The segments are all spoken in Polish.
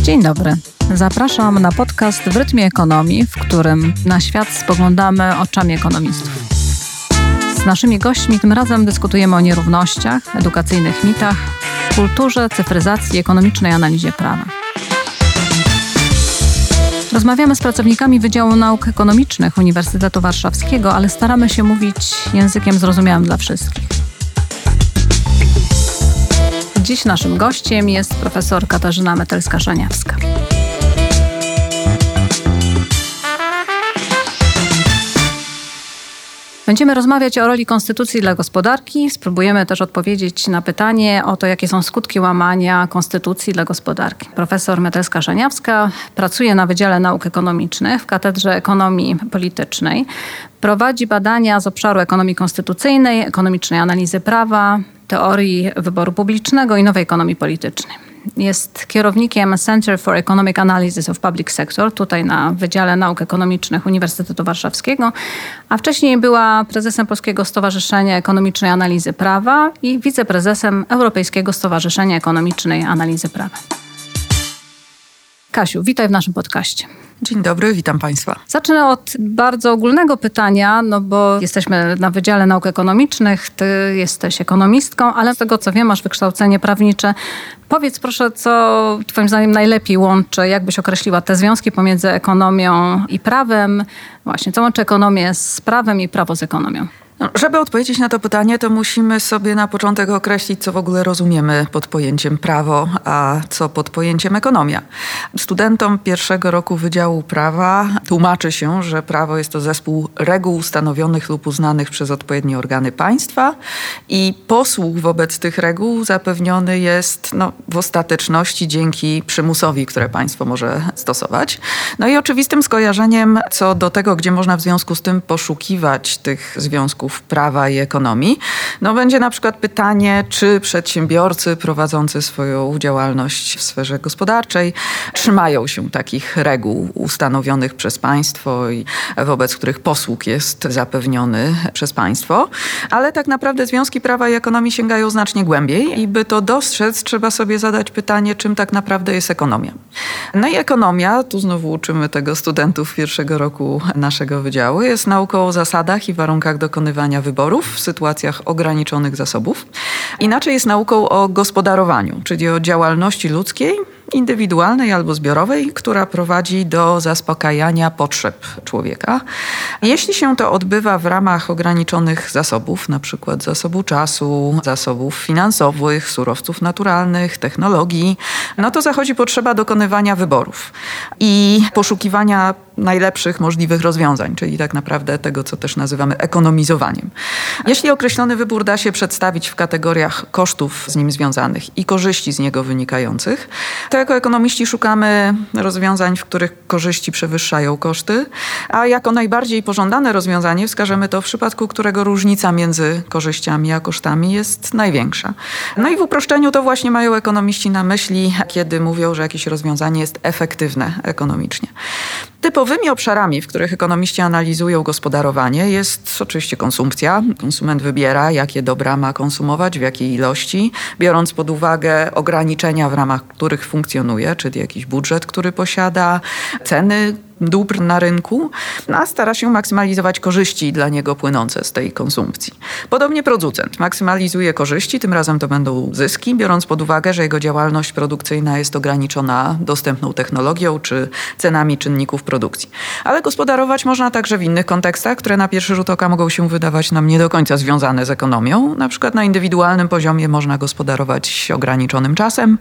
Dzień dobry. Zapraszam na podcast W rytmie ekonomii, w którym na świat spoglądamy oczami ekonomistów. Z naszymi gośćmi tym razem dyskutujemy o nierównościach, edukacyjnych mitach, kulturze, cyfryzacji i ekonomicznej analizie prawa. Rozmawiamy z pracownikami Wydziału Nauk Ekonomicznych Uniwersytetu Warszawskiego, ale staramy się mówić językiem zrozumiałym dla wszystkich. Dziś naszym gościem jest profesor Katarzyna Metelska-Szaniawska. Będziemy rozmawiać o roli konstytucji dla gospodarki. Spróbujemy też odpowiedzieć na pytanie o to, jakie są skutki łamania konstytucji dla gospodarki. Profesor Metelska-Szaniawska pracuje na Wydziale Nauk Ekonomicznych w Katedrze Ekonomii Politycznej. Prowadzi badania z obszaru ekonomii konstytucyjnej, ekonomicznej analizy prawa, teorii wyboru publicznego i nowej ekonomii politycznej. Jest kierownikiem Center for Economic Analysis of Public Sector, tutaj na Wydziale Nauk Ekonomicznych Uniwersytetu Warszawskiego, a wcześniej była prezesem Polskiego Stowarzyszenia Ekonomicznej Analizy Prawa i wiceprezesem Europejskiego Stowarzyszenia Ekonomicznej Analizy Prawa. Kasiu, witaj w naszym podcaście. Dzień dobry, witam Państwa. Zacznę od bardzo ogólnego pytania, bo jesteśmy na Wydziale Nauk Ekonomicznych, ty jesteś ekonomistką, ale z tego co wiem, masz wykształcenie prawnicze. Powiedz proszę, co twoim zdaniem najlepiej łączy, jak byś określiła te związki pomiędzy ekonomią i prawem? Właśnie, co łączy ekonomię z prawem i prawo z ekonomią? Żeby odpowiedzieć na to pytanie, to musimy sobie na początek określić, co w ogóle rozumiemy pod pojęciem prawo, a co pod pojęciem ekonomia. Studentom pierwszego roku Wydziału Prawa tłumaczy się, że prawo jest to zespół reguł ustanowionych lub uznanych przez odpowiednie organy państwa i posług wobec tych reguł zapewniony jest w ostateczności dzięki przymusowi, które państwo może stosować. I oczywistym skojarzeniem co do tego, gdzie można w związku z tym poszukiwać tych związków prawa i ekonomii, będzie na przykład pytanie, czy przedsiębiorcy prowadzący swoją działalność w sferze gospodarczej trzymają się takich reguł ustanowionych przez państwo i wobec których posług jest zapewniony przez państwo. Ale tak naprawdę związki prawa i ekonomii sięgają znacznie głębiej i by to dostrzec, trzeba sobie zadać pytanie, czym tak naprawdę jest ekonomia. I ekonomia, tu znowu uczymy tego studentów pierwszego roku naszego wydziału, jest nauką o zasadach i warunkach dokonywania wyborów w sytuacjach ograniczonych zasobów. Inaczej jest nauką o gospodarowaniu, czyli o działalności ludzkiej, indywidualnej albo zbiorowej, która prowadzi do zaspokajania potrzeb człowieka. Jeśli się to odbywa w ramach ograniczonych zasobów, na przykład zasobu czasu, zasobów finansowych, surowców naturalnych, technologii, to zachodzi potrzeba dokonywania wyborów i poszukiwania najlepszych możliwych rozwiązań, czyli tak naprawdę tego, co też nazywamy ekonomizowaniem. Jeśli określony wybór da się przedstawić w kategoriach kosztów z nim związanych i korzyści z niego wynikających, to jako ekonomiści szukamy rozwiązań, w których korzyści przewyższają koszty, a jako najbardziej pożądane rozwiązanie wskażemy to, w przypadku którego różnica między korzyściami a kosztami jest największa. I w uproszczeniu to właśnie mają ekonomiści na myśli, kiedy mówią, że jakieś rozwiązanie jest efektywne ekonomicznie. Typowymi obszarami, w których ekonomiści analizują gospodarowanie, jest oczywiście konsumpcja. Konsument wybiera, jakie dobra ma konsumować, w jakiej ilości, biorąc pod uwagę ograniczenia, w ramach których funkcjonuje, czyli jakiś budżet, który posiada, ceny dóbr na rynku, a stara się maksymalizować korzyści dla niego płynące z tej konsumpcji. Podobnie producent maksymalizuje korzyści, tym razem to będą zyski, biorąc pod uwagę, że jego działalność produkcyjna jest ograniczona dostępną technologią czy cenami czynników produkcji. Ale gospodarować można także w innych kontekstach, które na pierwszy rzut oka mogą się wydawać nam nie do końca związane z ekonomią. Na przykład na indywidualnym poziomie można gospodarować ograniczonym czasem,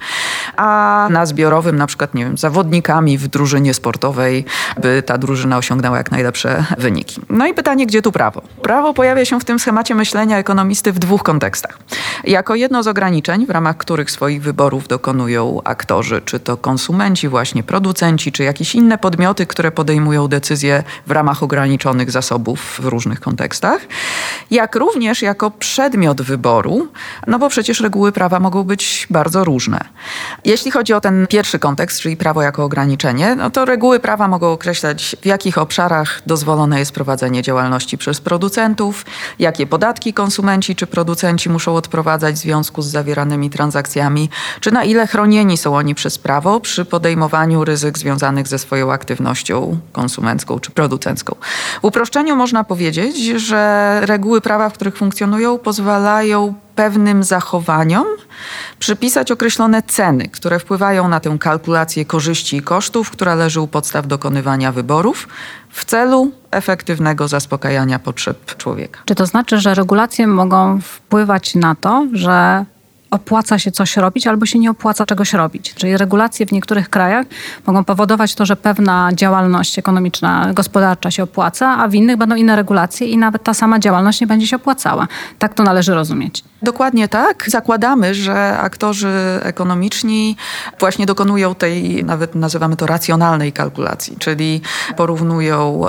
a na zbiorowym, na przykład zawodnikami w drużynie sportowej, by ta drużyna osiągnęła jak najlepsze wyniki. I pytanie, gdzie tu prawo? Prawo pojawia się w tym schemacie myślenia ekonomisty w dwóch kontekstach. Jako jedno z ograniczeń, w ramach których swoich wyborów dokonują aktorzy, czy to konsumenci, właśnie producenci, czy jakieś inne podmioty, które podejmują decyzje w ramach ograniczonych zasobów w różnych kontekstach. jak również jako przedmiot wyboru, no bo przecież reguły prawa mogą być bardzo różne. Jeśli chodzi o ten pierwszy kontekst, czyli prawo jako ograniczenie, no to reguły prawa mogą określać, w jakich obszarach dozwolone jest prowadzenie działalności przez producentów, jakie podatki konsumenci czy producenci muszą odprowadzać w związku z zawieranymi transakcjami, czy na ile chronieni są oni przez prawo przy podejmowaniu ryzyk związanych ze swoją aktywnością konsumencką czy producencką. W uproszczeniu można powiedzieć, że reguły prawa, w których funkcjonują, pozwalają pewnym zachowaniom przypisać określone ceny, które wpływają na tę kalkulację korzyści i kosztów, która leży u podstaw dokonywania wyborów w celu efektywnego zaspokajania potrzeb człowieka. Czy to znaczy, że regulacje mogą wpływać na to, że opłaca się coś robić albo się nie opłaca czegoś robić? Czyli regulacje w niektórych krajach mogą powodować to, że pewna działalność ekonomiczna, gospodarcza się opłaca, a w innych będą inne regulacje i nawet ta sama działalność nie będzie się opłacała. Tak to należy rozumieć. Dokładnie tak. Zakładamy, że aktorzy ekonomiczni właśnie dokonują tej, nawet nazywamy to racjonalnej kalkulacji, czyli porównują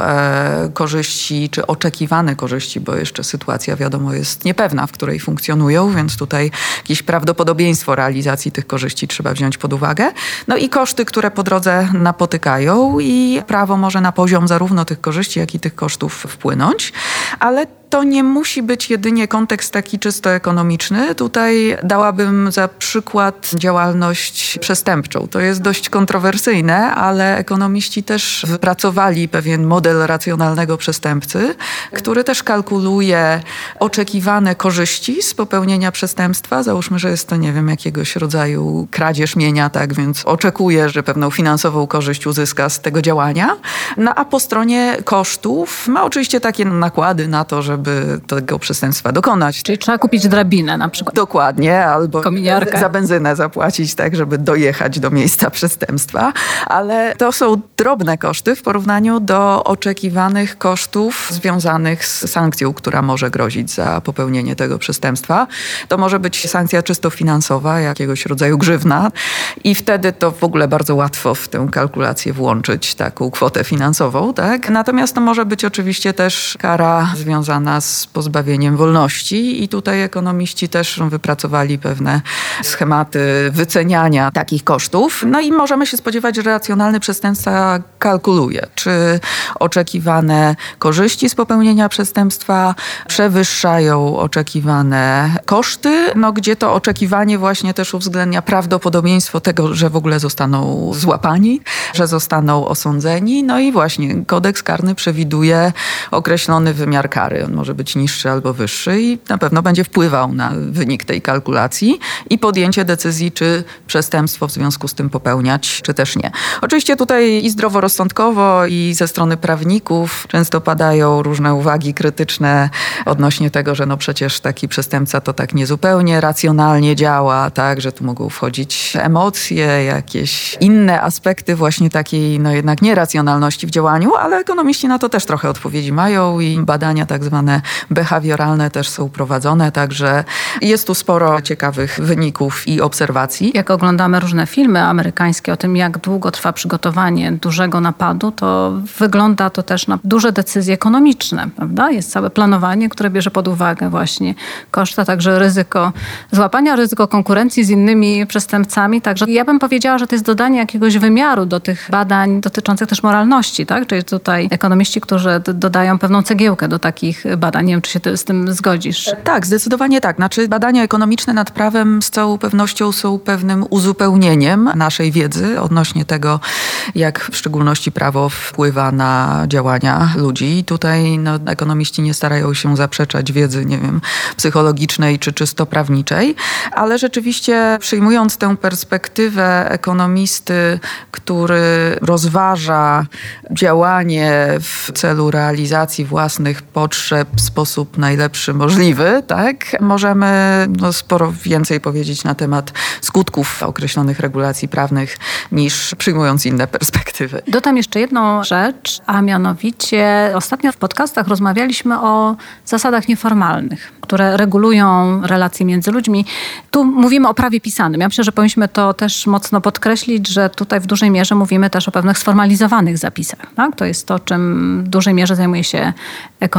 korzyści czy oczekiwane korzyści, bo jeszcze sytuacja, wiadomo, jest niepewna, w której funkcjonują, więc tutaj jakieś prawdopodobieństwo realizacji tych korzyści trzeba wziąć pod uwagę. No i koszty, które po drodze napotykają i prawo może na poziom zarówno tych korzyści, jak i tych kosztów wpłynąć, ale to nie musi być jedynie kontekst taki czysto ekonomiczny. Tutaj dałabym za przykład działalność przestępczą. To jest dość kontrowersyjne, ale ekonomiści też wypracowali pewien model racjonalnego przestępcy, który też kalkuluje oczekiwane korzyści z popełnienia przestępstwa. Załóżmy, że jest to, nie wiem, jakiegoś rodzaju kradzież mienia, tak, więc oczekuje, że pewną finansową korzyść uzyska z tego działania. No a po stronie kosztów ma oczywiście takie nakłady na to, żeby tego przestępstwa dokonać. Czyli trzeba kupić drabinę na przykład. Dokładnie, albo kominiarkę. Za benzynę zapłacić, tak, żeby dojechać do miejsca przestępstwa. Ale to są drobne koszty w porównaniu do oczekiwanych kosztów związanych z sankcją, która może grozić za popełnienie tego przestępstwa. To może być sankcja czysto finansowa, jakiegoś rodzaju grzywna i wtedy to w ogóle bardzo łatwo w tę kalkulację włączyć taką kwotę finansową, tak? Natomiast to może być oczywiście też kara związana z pozbawieniem wolności i tutaj ekonomiści też wypracowali pewne schematy wyceniania takich kosztów. No i możemy się spodziewać, że racjonalny przestępca kalkuluje, czy oczekiwane korzyści z popełnienia przestępstwa przewyższają oczekiwane koszty, no gdzie to oczekiwanie właśnie też uwzględnia prawdopodobieństwo tego, że w ogóle zostaną złapani, że zostaną osądzeni. No i właśnie kodeks karny przewiduje określony wymiar kary. On może być niższy albo wyższy i na pewno będzie wpływał na wynik tej kalkulacji i podjęcie decyzji, czy przestępstwo w związku z tym popełniać, czy też nie. Oczywiście tutaj i zdroworozsądkowo, i ze strony prawników często padają różne uwagi krytyczne odnośnie tego, że no przecież taki przestępca to tak niezupełnie racjonalnie działa, tak, że tu mogą wchodzić emocje, jakieś inne aspekty właśnie takiej no jednak nieracjonalności w działaniu, ale ekonomiści na to też trochę odpowiedzi mają i badania tak zwane behawioralne też są prowadzone, także jest tu sporo ciekawych wyników i obserwacji. Jak oglądamy różne filmy amerykańskie o tym, jak długo trwa przygotowanie dużego napadu, to wygląda to też na duże decyzje ekonomiczne, prawda? Jest całe planowanie, które bierze pod uwagę właśnie koszty, także ryzyko złapania, ryzyko konkurencji z innymi przestępcami. Także ja bym powiedziała, że to jest dodanie jakiegoś wymiaru do tych badań dotyczących też moralności, tak? Czyli tutaj ekonomiści, którzy dodają pewną cegiełkę do takich badań. Nie wiem, czy się z tym zgodzisz. Tak, zdecydowanie tak. Znaczy badania ekonomiczne nad prawem z całą pewnością są pewnym uzupełnieniem naszej wiedzy odnośnie tego, jak w szczególności prawo wpływa na działania ludzi. I tutaj no, ekonomiści nie starają się zaprzeczać wiedzy, nie wiem, psychologicznej czy czysto prawniczej, ale rzeczywiście przyjmując tę perspektywę ekonomisty, który rozważa działanie w celu realizacji własnych potrzeb w sposób najlepszy możliwy, tak, możemy no, sporo więcej powiedzieć na temat skutków określonych regulacji prawnych niż przyjmując inne perspektywy. Dodam jeszcze jedną rzecz, a mianowicie ostatnio w podcastach rozmawialiśmy o zasadach nieformalnych, które regulują relacje między ludźmi. Tu mówimy o prawie pisanym. Ja myślę, że powinniśmy to też mocno podkreślić, że tutaj w dużej mierze mówimy też o pewnych sformalizowanych zapisach. Tak? To jest to, czym w dużej mierze zajmuje się ekonomia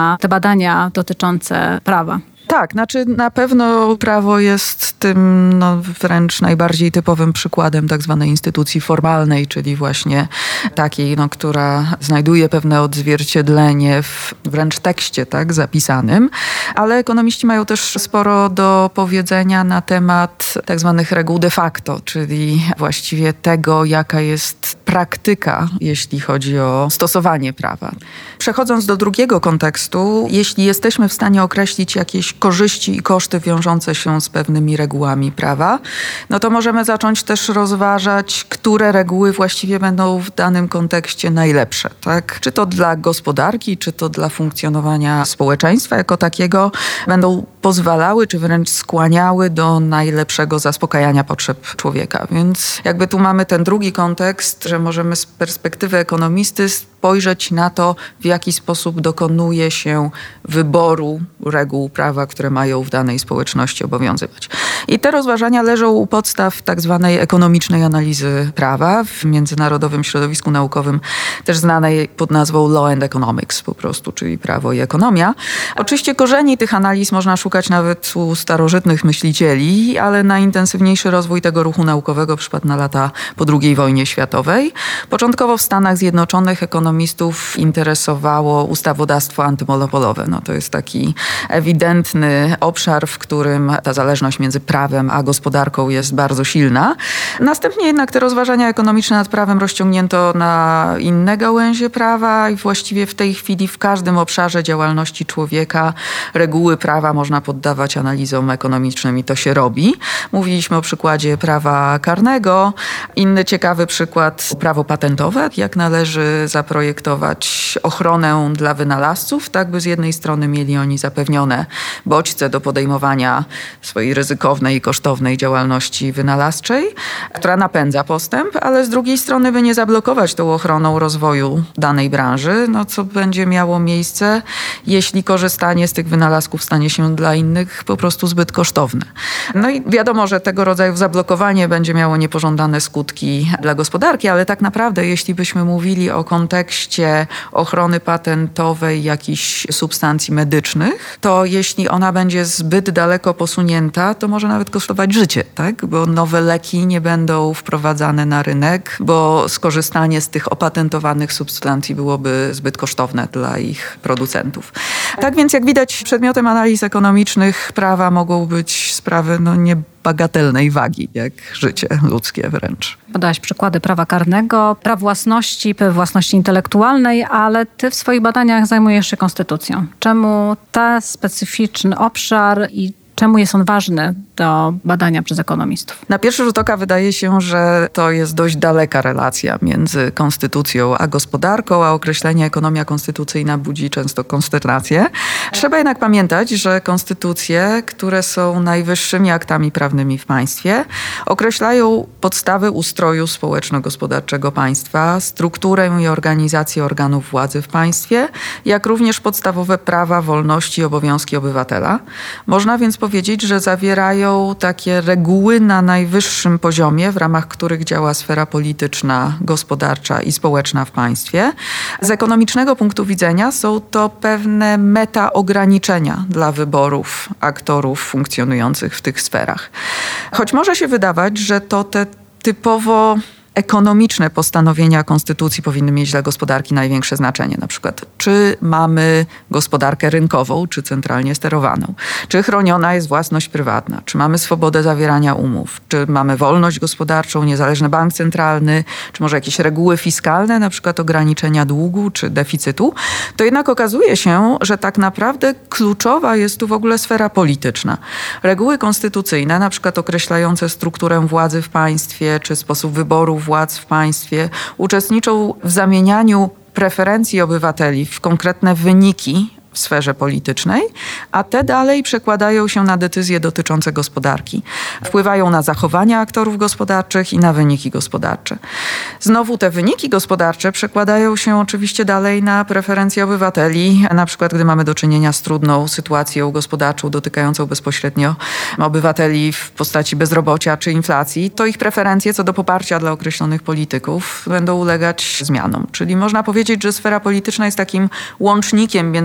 na te badania dotyczące prawa? Tak, znaczy na pewno prawo jest tym wręcz najbardziej typowym przykładem tak zwanej instytucji formalnej, czyli właśnie takiej, która znajduje pewne odzwierciedlenie w wręcz tekście zapisanym, ale ekonomiści mają też sporo do powiedzenia na temat tak zwanych reguł de facto, czyli właściwie tego, jaka jest praktyka, jeśli chodzi o stosowanie prawa. Przechodząc do drugiego kontekstu, jeśli jesteśmy w stanie określić jakieś korzyści i koszty wiążące się z pewnymi regułami prawa, to możemy zacząć też rozważać, które reguły właściwie będą w danym kontekście najlepsze. Tak? Czy to dla gospodarki, czy to dla funkcjonowania społeczeństwa jako takiego będą pozwalały, czy wręcz skłaniały do najlepszego zaspokajania potrzeb człowieka. Więc jakby tu mamy ten drugi kontekst, że możemy z perspektywy ekonomisty spojrzeć na to, w jaki sposób dokonuje się wyboru reguł prawa, które mają w danej społeczności obowiązywać. I te rozważania leżą u podstaw tak zwanej ekonomicznej analizy prawa w międzynarodowym środowisku naukowym, też znanej pod nazwą Law and Economics po prostu, czyli prawo i ekonomia. Oczywiście korzeni tych analiz można szukać nawet u starożytnych myślicieli, ale najintensywniejszy rozwój tego ruchu naukowego przypadł na lata po II wojnie światowej. Początkowo w Stanach Zjednoczonych ekonomistów interesowało ustawodawstwo antymonopolowe. To jest taki ewidentny obszar, w którym ta zależność między prawem a gospodarką jest bardzo silna. Następnie jednak te rozważania ekonomiczne nad prawem rozciągnięto na inne gałęzie prawa i właściwie w tej chwili w każdym obszarze działalności człowieka reguły prawa można poddawać analizom ekonomicznym i to się robi. Mówiliśmy o przykładzie prawa karnego. Inny ciekawy przykład, prawo patentowe. Jak należy zaprojektować ochronę dla wynalazców, tak by z jednej strony mieli oni zapewnione bodźce do podejmowania swojej ryzykownej i kosztownej działalności wynalazczej, która napędza postęp, ale z drugiej strony by nie zablokować tą ochroną rozwoju danej branży, co będzie miało miejsce, jeśli korzystanie z tych wynalazków stanie się dla innych po prostu zbyt kosztowne. I wiadomo, że tego rodzaju zablokowanie będzie miało niepożądane skutki dla gospodarki, ale tak naprawdę, jeśli byśmy mówili o kontekście ochrony patentowej jakichś substancji medycznych, to jeśli ona będzie zbyt daleko posunięta, to może nawet kosztować życie, tak? Bo nowe leki nie będą wprowadzane na rynek, bo skorzystanie z tych opatentowanych substancji byłoby zbyt kosztowne dla ich producentów. Tak więc jak widać, przedmiotem analiz ekonomicznych prawa mogą być sprawy niebagatelnej wagi, jak życie ludzkie wręcz. Podałaś przykłady prawa karnego, praw własności intelektualnej, ale ty w swoich badaniach zajmujesz się konstytucją. Czemu ten specyficzny obszar i czemu jest on ważny do badania przez ekonomistów? Na pierwszy rzut oka wydaje się, że to jest dość daleka relacja między konstytucją a gospodarką, a określenie ekonomia konstytucyjna budzi często konsternację. Trzeba jednak pamiętać, że konstytucje, które są najwyższymi aktami prawnymi w państwie, określają podstawy ustroju społeczno-gospodarczego państwa, strukturę i organizację organów władzy w państwie, jak również podstawowe prawa, wolności i obowiązki obywatela. Można więc powiedzieć, że zawierają takie reguły na najwyższym poziomie, w ramach których działa sfera polityczna, gospodarcza i społeczna w państwie. Z ekonomicznego punktu widzenia są to pewne metaograniczenia dla wyborów aktorów funkcjonujących w tych sferach. Choć może się wydawać, że to te typowo ekonomiczne postanowienia konstytucji powinny mieć dla gospodarki największe znaczenie. Na przykład, czy mamy gospodarkę rynkową, czy centralnie sterowaną? Czy chroniona jest własność prywatna? Czy mamy swobodę zawierania umów? Czy mamy wolność gospodarczą, niezależny bank centralny? Czy może jakieś reguły fiskalne, na przykład ograniczenia długu, czy deficytu? To jednak okazuje się, że tak naprawdę kluczowa jest tu w ogóle sfera polityczna. Reguły konstytucyjne, na przykład określające strukturę władzy w państwie, czy sposób wyboru władz w państwie, uczestniczą w zamienianiu preferencji obywateli w konkretne wyniki w sferze politycznej, a te dalej przekładają się na decyzje dotyczące gospodarki. Wpływają na zachowania aktorów gospodarczych i na wyniki gospodarcze. Znowu te wyniki gospodarcze przekładają się oczywiście dalej na preferencje obywateli, na przykład gdy mamy do czynienia z trudną sytuacją gospodarczą dotykającą bezpośrednio obywateli w postaci bezrobocia czy inflacji, to ich preferencje co do poparcia dla określonych polityków będą ulegać zmianom. Czyli można powiedzieć, że sfera polityczna jest takim łącznikiem między konstytucją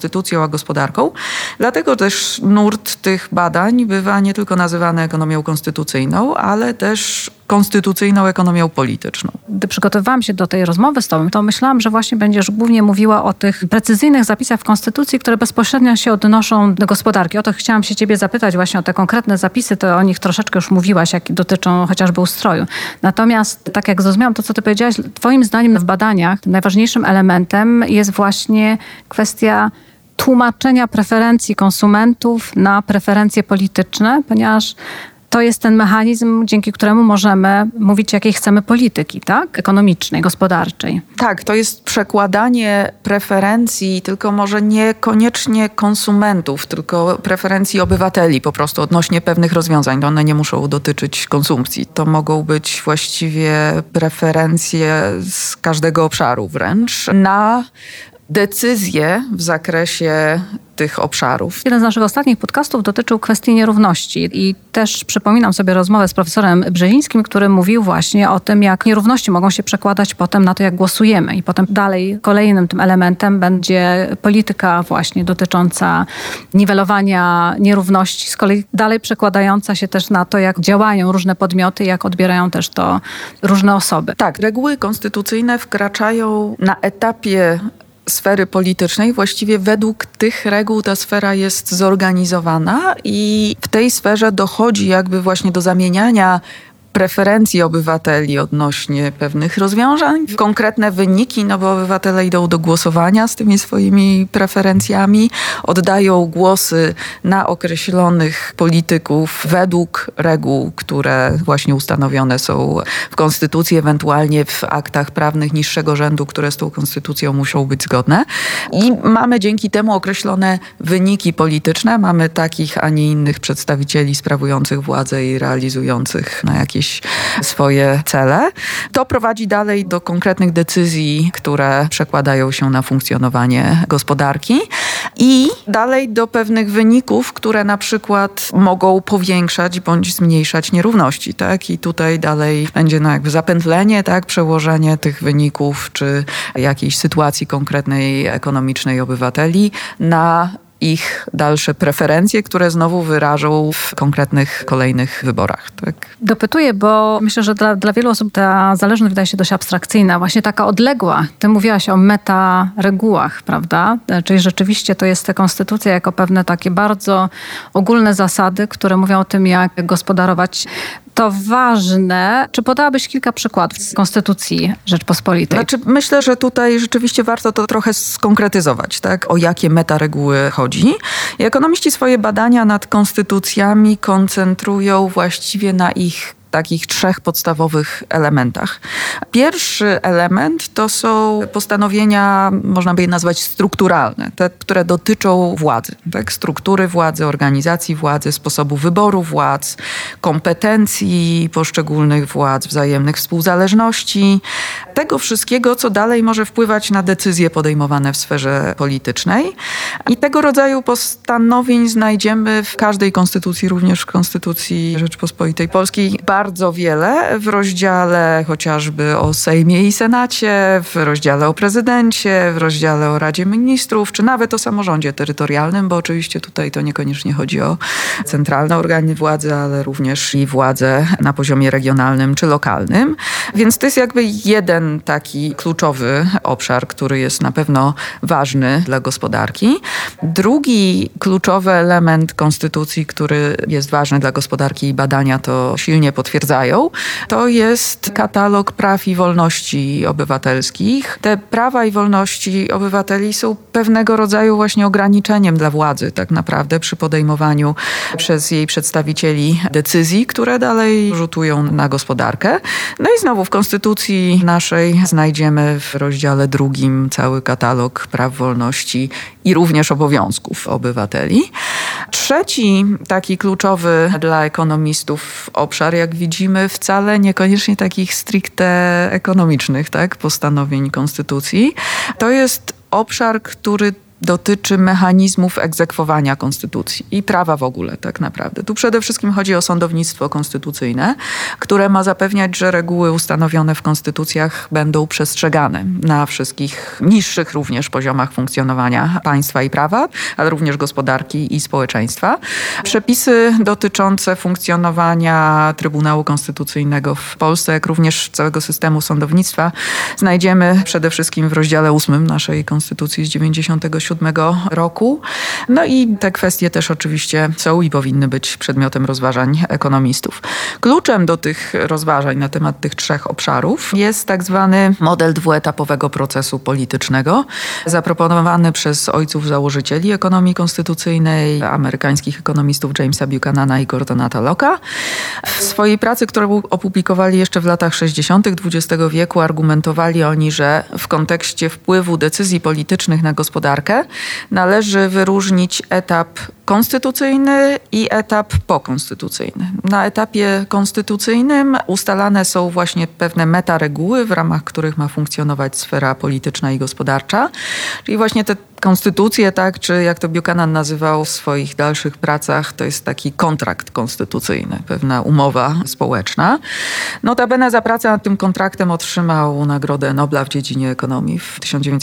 konstytucją a gospodarką. Dlatego też nurt tych badań bywa nie tylko nazywany ekonomią konstytucyjną, ale też konstytucyjną ekonomią polityczną. Gdy przygotowywałam się do tej rozmowy z tobą, to myślałam, że właśnie będziesz głównie mówiła o tych precyzyjnych zapisach w Konstytucji, które bezpośrednio się odnoszą do gospodarki. O to chciałam się ciebie zapytać właśnie o te konkretne zapisy, to o nich troszeczkę już mówiłaś, jak dotyczą chociażby ustroju. Natomiast tak jak zrozumiałam to, co ty powiedziałaś, twoim zdaniem w badaniach najważniejszym elementem jest właśnie kwestia tłumaczenia preferencji konsumentów na preferencje polityczne, ponieważ to jest ten mechanizm, dzięki któremu możemy mówić, jakiej chcemy polityki, tak? Ekonomicznej, gospodarczej. Tak, to jest przekładanie preferencji, tylko może niekoniecznie konsumentów, tylko preferencji obywateli po prostu odnośnie pewnych rozwiązań. One nie muszą dotyczyć konsumpcji. To mogą być właściwie preferencje z każdego obszaru wręcz na decyzje w zakresie tych obszarów. Jeden z naszych ostatnich podcastów dotyczył kwestii nierówności i też przypominam sobie rozmowę z profesorem Brzezińskim, który mówił właśnie o tym, jak nierówności mogą się przekładać potem na to, jak głosujemy i potem dalej kolejnym tym elementem będzie polityka właśnie dotycząca niwelowania nierówności, z kolei dalej przekładająca się też na to, jak działają różne podmioty, jak odbierają też to różne osoby. Tak, reguły konstytucyjne wkraczają na etapie sfery politycznej. Właściwie według tych reguł ta sfera jest zorganizowana i w tej sferze dochodzi jakby właśnie do zamieniania preferencji obywateli odnośnie pewnych rozwiązań w konkretne wyniki, no bo obywatele idą do głosowania z tymi swoimi preferencjami, oddają głosy na określonych polityków według reguł, które właśnie ustanowione są w Konstytucji, ewentualnie w aktach prawnych niższego rzędu, które z tą Konstytucją muszą być zgodne. I mamy dzięki temu określone wyniki polityczne. Mamy takich, a nie innych przedstawicieli sprawujących władzę i realizujących na jakieś swoje cele. To prowadzi dalej do konkretnych decyzji, które przekładają się na funkcjonowanie gospodarki i dalej do pewnych wyników, które na przykład mogą powiększać bądź zmniejszać nierówności, tak? I tutaj dalej będzie jakby zapętlenie, tak? Przełożenie tych wyników czy jakiejś sytuacji konkretnej ekonomicznej obywateli na ich dalsze preferencje, które znowu wyrażą w konkretnych kolejnych wyborach. Tak? Dopytuję, bo myślę, że dla wielu osób ta zależność wydaje się dość abstrakcyjna, właśnie taka odległa. Ty mówiłaś o metaregułach, prawda? Czyli rzeczywiście to jest ta konstytucja jako pewne takie bardzo ogólne zasady, które mówią o tym, jak gospodarować. To ważne. Czy podałabyś kilka przykładów z Konstytucji Rzeczpospolitej? Znaczy, myślę, że tutaj rzeczywiście warto to trochę skonkretyzować, tak? O jakie metareguły chodzi. I ekonomiści swoje badania nad konstytucjami koncentrują właściwie na ich takich trzech podstawowych elementach. Pierwszy element to są postanowienia, można by je nazwać strukturalne, te, które dotyczą władzy, tak? Struktury władzy, organizacji władzy, sposobu wyboru władz, kompetencji poszczególnych władz, wzajemnych współzależności, tego wszystkiego, co dalej może wpływać na decyzje podejmowane w sferze politycznej. I tego rodzaju postanowień znajdziemy w każdej konstytucji, również w Konstytucji Rzeczypospolitej Polskiej, bardzo wiele w rozdziale chociażby o Sejmie i Senacie, w rozdziale o prezydencie, w rozdziale o Radzie Ministrów, czy nawet o samorządzie terytorialnym, bo oczywiście tutaj to niekoniecznie chodzi o centralne organy władzy, ale również i władzę na poziomie regionalnym czy lokalnym. Więc to jest jakby jeden taki kluczowy obszar, który jest na pewno ważny dla gospodarki. Drugi kluczowy element konstytucji, który jest ważny dla gospodarki i badania to silnie potwierdzają, to jest katalog praw i wolności obywatelskich. Te prawa i wolności obywateli są pewnego rodzaju właśnie ograniczeniem dla władzy tak naprawdę przy podejmowaniu przez jej przedstawicieli decyzji, które dalej rzutują na gospodarkę. No i znowu w konstytucji naszej znajdziemy w rozdziale 2 cały katalog praw, wolności i również obowiązków obywateli. Trzeci taki kluczowy dla ekonomistów obszar, jak widzimy, wcale niekoniecznie takich stricte ekonomicznych, tak, postanowień konstytucji. To jest obszar, który dotyczy mechanizmów egzekwowania konstytucji i prawa w ogóle tak naprawdę. Tu przede wszystkim chodzi o sądownictwo konstytucyjne, które ma zapewniać, że reguły ustanowione w konstytucjach będą przestrzegane na wszystkich niższych również poziomach funkcjonowania państwa i prawa, ale również gospodarki i społeczeństwa. Przepisy dotyczące funkcjonowania Trybunału Konstytucyjnego w Polsce, jak również całego systemu sądownictwa znajdziemy przede wszystkim w rozdziale 8 naszej Konstytucji z 1997 roku. No i te kwestie też oczywiście są i powinny być przedmiotem rozważań ekonomistów. Kluczem do tych rozważań na temat tych trzech obszarów jest tak zwany model dwuetapowego procesu politycznego, zaproponowany przez ojców założycieli ekonomii konstytucyjnej, amerykańskich ekonomistów Jamesa Buchanana i Gordona Tullocha. W swojej pracy, którą opublikowali jeszcze w latach 60. XX wieku, argumentowali oni, że w kontekście wpływu decyzji politycznych na gospodarkę należy wyróżnić etap konstytucyjny i etap pokonstytucyjny. Na etapie konstytucyjnym ustalane są właśnie pewne metareguły, w ramach których ma funkcjonować sfera polityczna i gospodarcza, czyli właśnie te konstytucje, tak, czy jak to Buchanan nazywał w swoich dalszych pracach, to jest taki kontrakt konstytucyjny, pewna umowa społeczna. Notabene za pracę nad tym kontraktem otrzymał Nagrodę Nobla w dziedzinie ekonomii w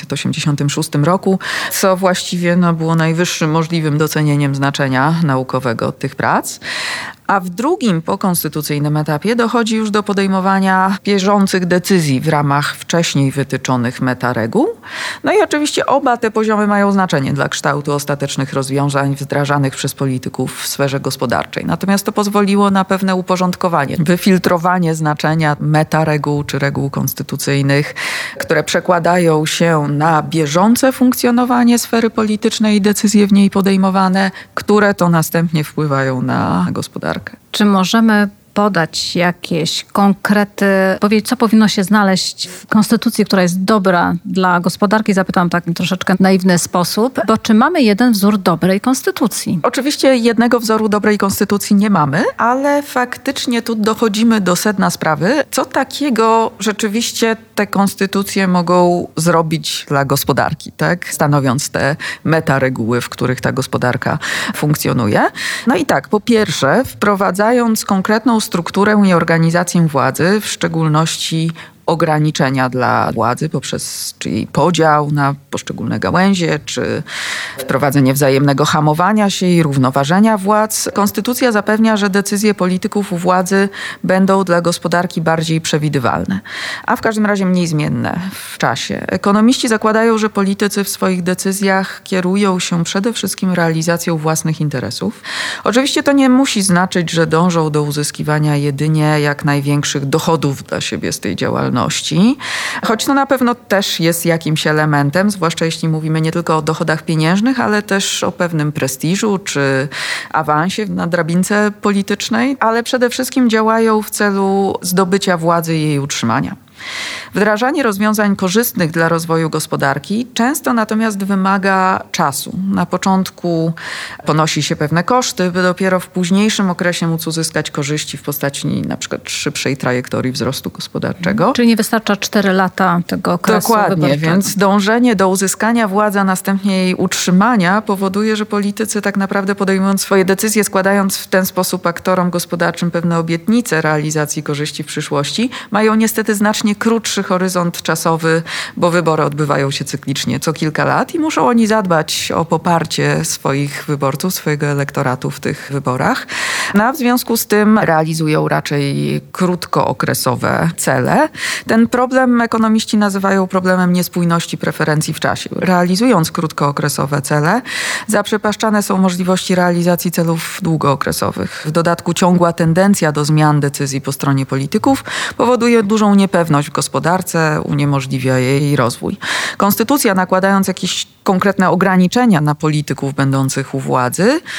1986 roku, co właściwie było najwyższym możliwym docenieniem znaczenia naukowego tych prac. A w drugim pokonstytucyjnym etapie dochodzi już do podejmowania bieżących decyzji w ramach wcześniej wytyczonych metareguł. No i oczywiście oba te poziomy mają znaczenie dla kształtu ostatecznych rozwiązań wdrażanych przez polityków w sferze gospodarczej. Natomiast to pozwoliło na pewne uporządkowanie, wyfiltrowanie znaczenia metareguł czy reguł konstytucyjnych, które przekładają się na bieżące funkcjonowanie sfery politycznej i decyzje w niej podejmowane, które to następnie wpływają na gospodarkę. Czy możemy podać jakieś konkrety, powiedzieć, co powinno się znaleźć w konstytucji, która jest dobra dla gospodarki? Zapytałam tak troszeczkę naiwny sposób, bo czy mamy jeden wzór dobrej konstytucji? Oczywiście jednego wzoru dobrej konstytucji nie mamy, ale faktycznie tu dochodzimy do sedna sprawy. Co takiego rzeczywiście te konstytucje mogą zrobić dla gospodarki, tak? Stanowiąc te metareguły, w których ta gospodarka funkcjonuje. No i tak, po pierwsze, wprowadzając konkretną strukturę i organizację władzy, w szczególności ograniczenia dla władzy poprzez czyli podział na poszczególne gałęzie, czy wprowadzenie wzajemnego hamowania się i równoważenia władz. Konstytucja zapewnia, że decyzje polityków u władzy będą dla gospodarki bardziej przewidywalne, a w każdym razie mniej zmienne w czasie. Ekonomiści zakładają, że politycy w swoich decyzjach kierują się przede wszystkim realizacją własnych interesów. Oczywiście to nie musi znaczyć, że dążą do uzyskiwania jedynie jak największych dochodów dla siebie z tej działalności. Choć to na pewno też jest jakimś elementem, zwłaszcza jeśli mówimy nie tylko o dochodach pieniężnych, ale też o pewnym prestiżu czy awansie na drabince politycznej, ale przede wszystkim działają w celu zdobycia władzy i jej utrzymania. Wdrażanie rozwiązań korzystnych dla rozwoju gospodarki często natomiast wymaga czasu. Na początku ponosi się pewne koszty, by dopiero w późniejszym okresie móc uzyskać korzyści w postaci na przykład szybszej trajektorii wzrostu gospodarczego. Czyli nie wystarcza 4 lata tego okresu Dokładnie, wyborczego. Więc dążenie do uzyskania władzy, a następnie jej utrzymania powoduje, że politycy tak naprawdę podejmując swoje decyzje, składając w ten sposób aktorom gospodarczym pewne obietnice realizacji korzyści w przyszłości, mają niestety znacznie krótszy horyzont czasowy, bo wybory odbywają się cyklicznie co kilka lat i muszą oni zadbać o poparcie swoich wyborców, swojego elektoratu w tych wyborach. No a w związku z tym realizują raczej krótkookresowe cele. Ten problem ekonomiści nazywają problemem niespójności preferencji w czasie. Realizując krótkookresowe cele, zaprzepaszczane są możliwości realizacji celów długookresowych. W dodatku ciągła tendencja do zmian decyzji po stronie polityków powoduje dużą niepewność w gospodarce, uniemożliwia jej rozwój. Konstytucja, nakładając jakieś konkretne ograniczenia na polityków będących u władzy,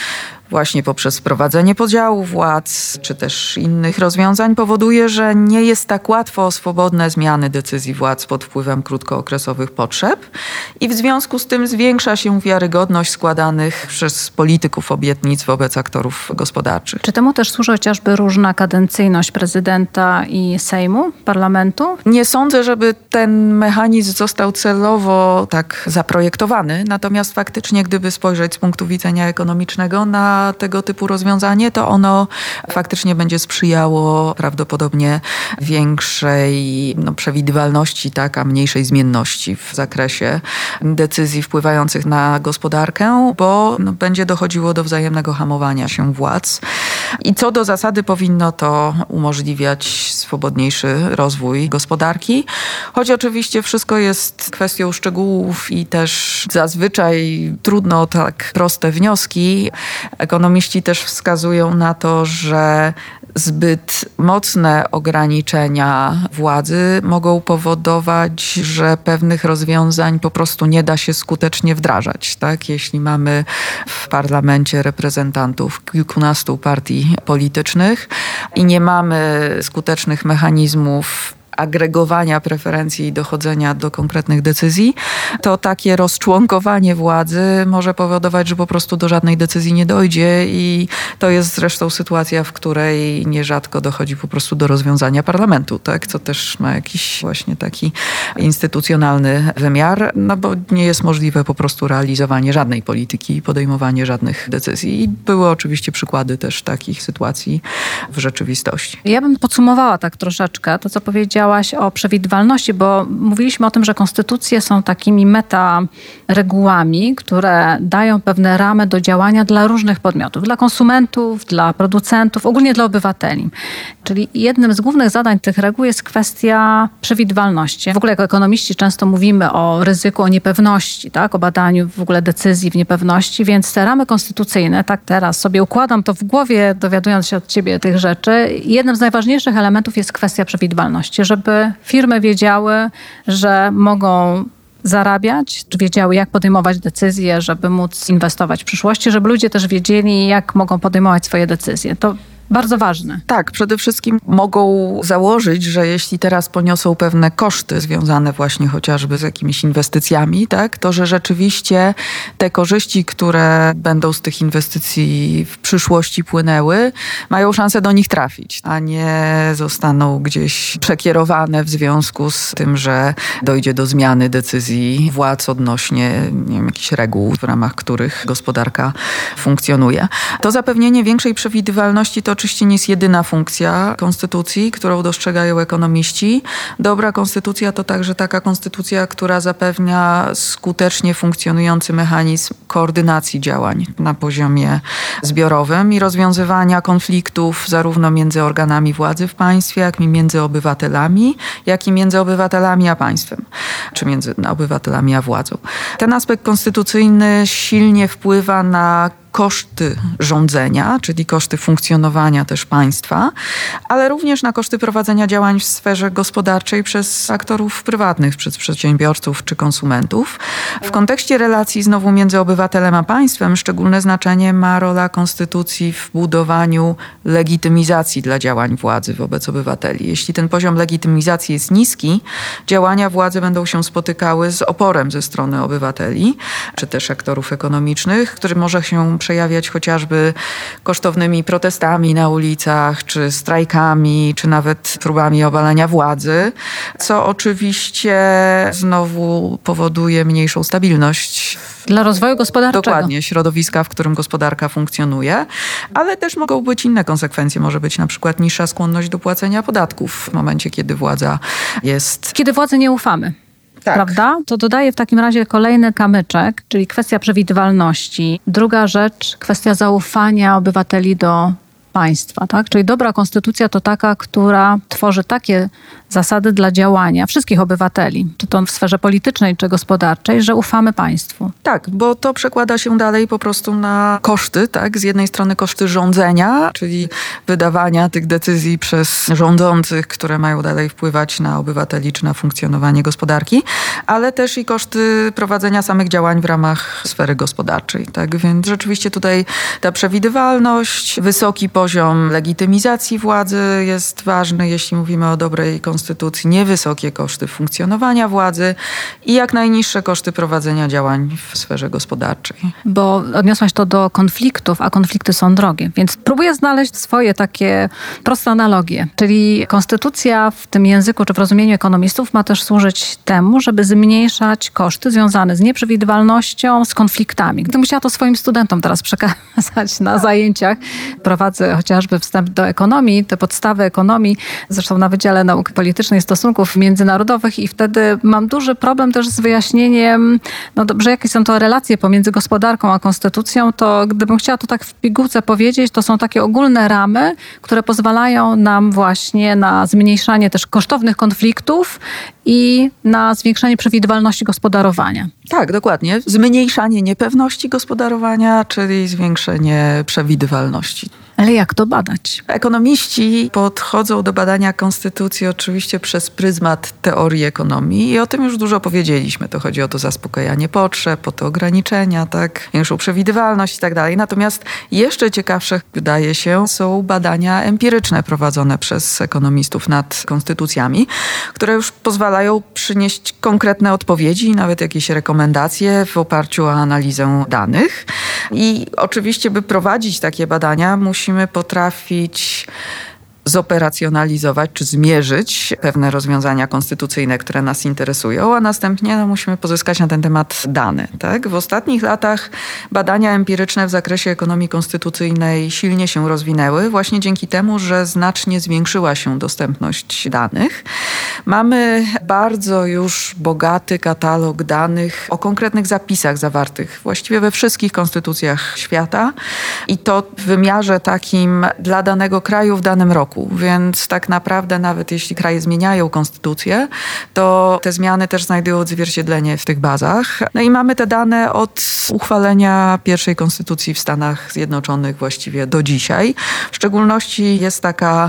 właśnie poprzez wprowadzenie podziału władz, czy też innych rozwiązań powoduje, że nie jest tak łatwo o swobodne zmiany decyzji władz pod wpływem krótkookresowych potrzeb i w związku z tym zwiększa się wiarygodność składanych przez polityków obietnic wobec aktorów gospodarczych. Czy temu też służy chociażby różna kadencyjność prezydenta i Sejmu, parlamentu? Nie sądzę, żeby ten mechanizm został celowo tak zaprojektowany, natomiast faktycznie, gdyby spojrzeć z punktu widzenia ekonomicznego na tego typu rozwiązanie, to ono faktycznie będzie sprzyjało prawdopodobnie większej przewidywalności, tak, a mniejszej zmienności w zakresie decyzji wpływających na gospodarkę, bo będzie dochodziło do wzajemnego hamowania się władz. I co do zasady powinno to umożliwiać swobodniejszy rozwój gospodarki, choć oczywiście wszystko jest kwestią szczegółów i też zazwyczaj trudno o tak proste wnioski. Ekonomiści też wskazują na to, że zbyt mocne ograniczenia władzy mogą powodować, że pewnych rozwiązań po prostu nie da się skutecznie wdrażać. Tak? Jeśli mamy w parlamencie reprezentantów kilkunastu partii politycznych i nie mamy skutecznych mechanizmów agregowania preferencji i dochodzenia do konkretnych decyzji, to takie rozczłonkowanie władzy może powodować, że po prostu do żadnej decyzji nie dojdzie i to jest zresztą sytuacja, w której nierzadko dochodzi po prostu do rozwiązania parlamentu, tak? Co też ma jakiś właśnie taki instytucjonalny wymiar, bo nie jest możliwe po prostu realizowanie żadnej polityki i podejmowanie żadnych decyzji. I były oczywiście przykłady też takich sytuacji w rzeczywistości. Ja bym podsumowała tak troszeczkę to, co powiedziałaś o przewidywalności, bo mówiliśmy o tym, że konstytucje są takimi metaregułami, które dają pewne ramy do działania dla różnych podmiotów, dla konsumentów, dla producentów, ogólnie dla obywateli. Czyli jednym z głównych zadań tych reguł jest kwestia przewidywalności. W ogóle jako ekonomiści często mówimy o ryzyku, o niepewności, tak? O badaniu w ogóle decyzji w niepewności, więc te ramy konstytucyjne, tak teraz sobie układam to w głowie, dowiadując się od ciebie tych rzeczy. Jednym z najważniejszych elementów jest kwestia przewidywalności, żeby firmy wiedziały, że mogą zarabiać, wiedziały, jak podejmować decyzje, żeby móc inwestować w przyszłości, żeby ludzie też wiedzieli, jak mogą podejmować swoje decyzje. To bardzo ważne. Tak, przede wszystkim mogą założyć, że jeśli teraz poniosą pewne koszty związane właśnie chociażby z jakimiś inwestycjami, tak, to że rzeczywiście te korzyści, które będą z tych inwestycji w przyszłości płynęły, mają szansę do nich trafić, a nie zostaną gdzieś przekierowane w związku z tym, że dojdzie do zmiany decyzji władz odnośnie, nie wiem, jakichś reguł, w ramach których gospodarka funkcjonuje. To zapewnienie większej przewidywalności to oczywiście nie jest jedyna funkcja konstytucji, którą dostrzegają ekonomiści. Dobra konstytucja to także taka konstytucja, która zapewnia skutecznie funkcjonujący mechanizm koordynacji działań na poziomie zbiorowym i rozwiązywania konfliktów zarówno między organami władzy w państwie, jak i między obywatelami, jak i między obywatelami a państwem, czy między obywatelami a władzą. Ten aspekt konstytucyjny silnie wpływa na koszty rządzenia, czyli koszty funkcjonowania też państwa, ale również na koszty prowadzenia działań w sferze gospodarczej przez aktorów prywatnych, przez przedsiębiorców czy konsumentów. W kontekście relacji znowu między obywatelem a państwem szczególne znaczenie ma rola konstytucji w budowaniu legitymizacji dla działań władzy wobec obywateli. Jeśli ten poziom legitymizacji jest niski, działania władzy będą się spotykały z oporem ze strony obywateli, czy też aktorów ekonomicznych, który może się przejawiać chociażby kosztownymi protestami na ulicach, czy strajkami, czy nawet próbami obalenia władzy, co oczywiście znowu powoduje mniejszą stabilność dla rozwoju gospodarczego. Dokładnie, środowiska, w którym gospodarka funkcjonuje, ale też mogą być inne konsekwencje. Może być na przykład niższa skłonność do płacenia podatków w momencie, kiedy władza jest... Kiedy władzy nie ufamy. Tak. Prawda? To dodaję w takim razie kolejny kamyczek, czyli kwestia przewidywalności. Druga rzecz, kwestia zaufania obywateli do państwa, tak? Czyli dobra konstytucja to taka, która tworzy takie zasady dla działania wszystkich obywateli, czy to w sferze politycznej, czy gospodarczej, że ufamy państwu. Tak, bo to przekłada się dalej po prostu na koszty, tak? Z jednej strony koszty rządzenia, czyli wydawania tych decyzji przez rządzących, które mają dalej wpływać na obywateli, czy na funkcjonowanie gospodarki, ale też i koszty prowadzenia samych działań w ramach sfery gospodarczej, tak? Więc rzeczywiście tutaj ta przewidywalność, wysoki poziom legitymizacji władzy jest ważny, jeśli mówimy o dobrej konstytucji, niewysokie koszty funkcjonowania władzy i jak najniższe koszty prowadzenia działań w sferze gospodarczej. Bo odniosłaś to do konfliktów, a konflikty są drogie, więc próbuję znaleźć swoje takie proste analogie. Czyli konstytucja w tym języku czy w rozumieniu ekonomistów ma też służyć temu, żeby zmniejszać koszty związane z nieprzewidywalnością, z konfliktami. Gdybym chciała to swoim studentom teraz przekazać na zajęciach, prowadzę chociażby wstęp do ekonomii, te podstawy ekonomii, zresztą na Wydziale Nauk Politycznych i Stosunków Międzynarodowych i wtedy mam duży problem też z wyjaśnieniem, no dobrze, jakie są to relacje pomiędzy gospodarką a konstytucją, to gdybym chciała to tak w pigułce powiedzieć, to są takie ogólne ramy, które pozwalają nam właśnie na zmniejszanie też kosztownych konfliktów i na zwiększanie przewidywalności gospodarowania. Tak, dokładnie. Zmniejszanie niepewności gospodarowania, czyli zwiększenie przewidywalności. Ale jak to badać? Ekonomiści podchodzą do badania konstytucji oczywiście przez pryzmat teorii ekonomii i o tym już dużo powiedzieliśmy. To chodzi o to zaspokajanie potrzeb, o te ograniczenia, tak, większą przewidywalność i tak dalej. Natomiast jeszcze ciekawsze, wydaje się, są badania empiryczne prowadzone przez ekonomistów nad konstytucjami, które już pozwalają przynieść konkretne odpowiedzi, nawet jakieś rekomendacje w oparciu o analizę danych. I oczywiście, by prowadzić takie badania, musimy potrafić zoperacjonalizować czy zmierzyć pewne rozwiązania konstytucyjne, które nas interesują, a następnie musimy pozyskać na ten temat dane. Tak? W ostatnich latach badania empiryczne w zakresie ekonomii konstytucyjnej silnie się rozwinęły właśnie dzięki temu, że znacznie zwiększyła się dostępność danych. Mamy bardzo już bogaty katalog danych o konkretnych zapisach zawartych właściwie we wszystkich konstytucjach świata i to w wymiarze takim dla danego kraju w danym roku. Więc tak naprawdę nawet jeśli kraje zmieniają konstytucję, to te zmiany też znajdują odzwierciedlenie w tych bazach. No i mamy te dane od uchwalenia pierwszej konstytucji w Stanach Zjednoczonych właściwie do dzisiaj. W szczególności jest taka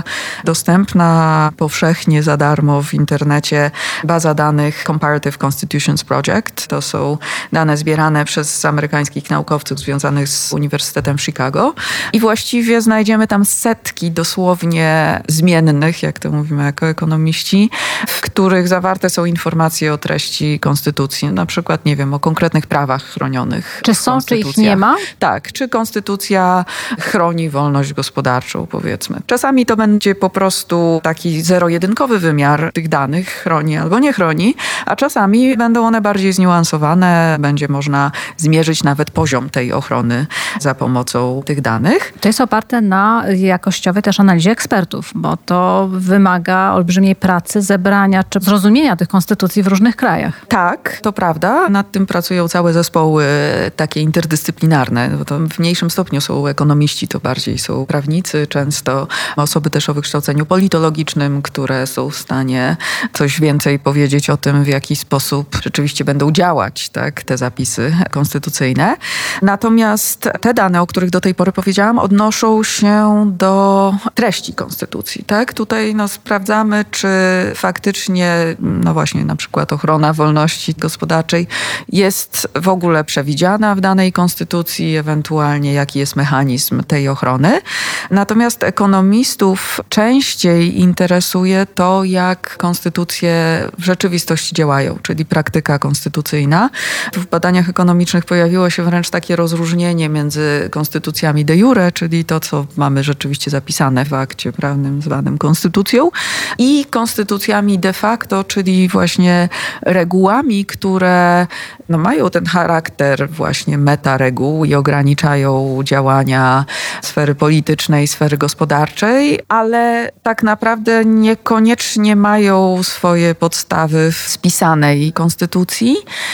dostępna powszechnie za darmo w internecie baza danych Comparative Constitutions Project. To są dane zbierane przez amerykańskich naukowców związanych z Uniwersytetem w Chicago. I właściwie znajdziemy tam setki dosłownie zmiennych, jak to mówimy jako ekonomiści, w których zawarte są informacje o treści konstytucji. Na przykład, nie wiem, o konkretnych prawach chronionych. Czy są, czy ich nie ma? Tak, czy konstytucja chroni wolność gospodarczą, powiedzmy. Czasami to będzie po prostu taki zero-jedynkowy wymiar tych danych, chroni albo nie chroni, a czasami będą one bardziej zniuansowane, będzie można zmierzyć nawet poziom tej ochrony za pomocą tych danych. To jest oparte na jakościowej też analizie ekspertów, bo to wymaga olbrzymiej pracy, zebrania czy zrozumienia tych konstytucji w różnych krajach. Tak, to prawda. Nad tym pracują całe zespoły takie interdyscyplinarne. Bo to w mniejszym stopniu są ekonomiści, to bardziej są prawnicy, często osoby też o wykształceniu politologicznym, które są w stanie coś więcej powiedzieć o tym, w jaki sposób rzeczywiście będą działać, tak, te zapisy konstytucyjne. Natomiast te dane, o których do tej pory powiedziałam, odnoszą się do treści konstytucji. Tak? Tutaj sprawdzamy, czy faktycznie, właśnie na przykład ochrona wolności gospodarczej jest w ogóle przewidziana w danej konstytucji, ewentualnie jaki jest mechanizm tej ochrony. Natomiast ekonomistów częściej interesuje to, jak konstytucje w rzeczywistości działają, czyli praktyka konstytucyjna. W badaniach ekonomicznych pojawiło się wręcz takie rozróżnienie między konstytucjami de jure, czyli to, co mamy rzeczywiście zapisane w akcie prawnym zwanym konstytucją, i konstytucjami de facto, czyli właśnie regułami, które mają ten charakter właśnie metareguł i ograniczają działania sfery politycznej, sfery gospodarczej, ale tak naprawdę niekoniecznie mają swoje podstawy w spisanej konstytucji.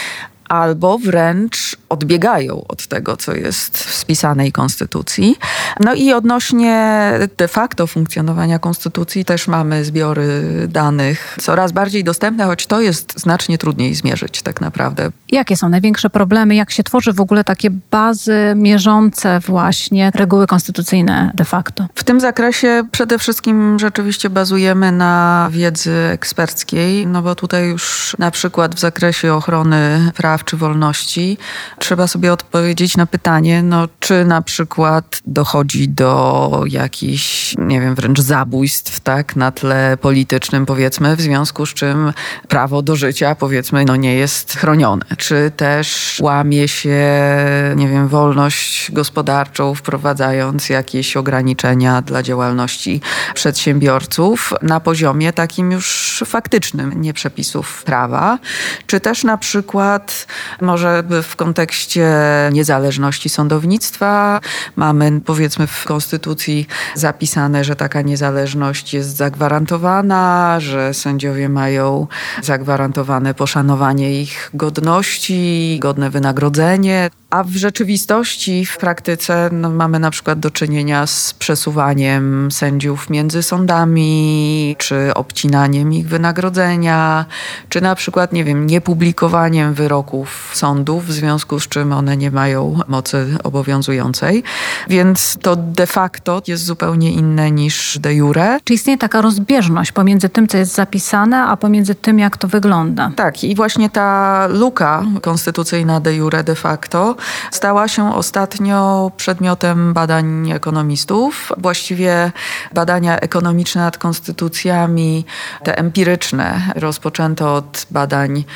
albo wręcz odbiegają od tego, co jest w spisanej konstytucji. No i odnośnie de facto funkcjonowania konstytucji też mamy zbiory danych coraz bardziej dostępne, choć to jest znacznie trudniej zmierzyć tak naprawdę. Jakie są największe problemy? Jak się tworzy w ogóle takie bazy mierzące właśnie reguły konstytucyjne de facto? W tym zakresie przede wszystkim rzeczywiście bazujemy na wiedzy eksperckiej, no bo tutaj już na przykład w zakresie ochrony praw czy wolności trzeba sobie odpowiedzieć na pytanie, no czy na przykład dochodzi do jakichś, nie wiem, wręcz zabójstw, tak, na tle politycznym powiedzmy, w związku z czym prawo do życia powiedzmy, no nie jest chronione. Czy też łamie się, nie wiem, wolność gospodarczą, wprowadzając jakieś ograniczenia dla działalności przedsiębiorców na poziomie takim już faktycznym, nie przepisów prawa. Czy też na przykład może w kontekście niezależności sądownictwa mamy powiedzmy w Konstytucji zapisane, że taka niezależność jest zagwarantowana, że sędziowie mają zagwarantowane poszanowanie ich godności, godne wynagrodzenie. A w rzeczywistości, w praktyce mamy na przykład do czynienia z przesuwaniem sędziów między sądami, czy obcinaniem ich wynagrodzenia, czy na przykład, nie wiem, niepublikowaniem wyroków sądów, w związku z czym one nie mają mocy obowiązującej. Więc to de facto jest zupełnie inne niż de jure. Czy istnieje taka rozbieżność pomiędzy tym, co jest zapisane, a pomiędzy tym, jak to wygląda? Tak, i właśnie ta luka konstytucyjna de jure de facto stała się ostatnio przedmiotem badań ekonomistów. Właściwie badania ekonomiczne nad konstytucjami, te empiryczne, rozpoczęto od badań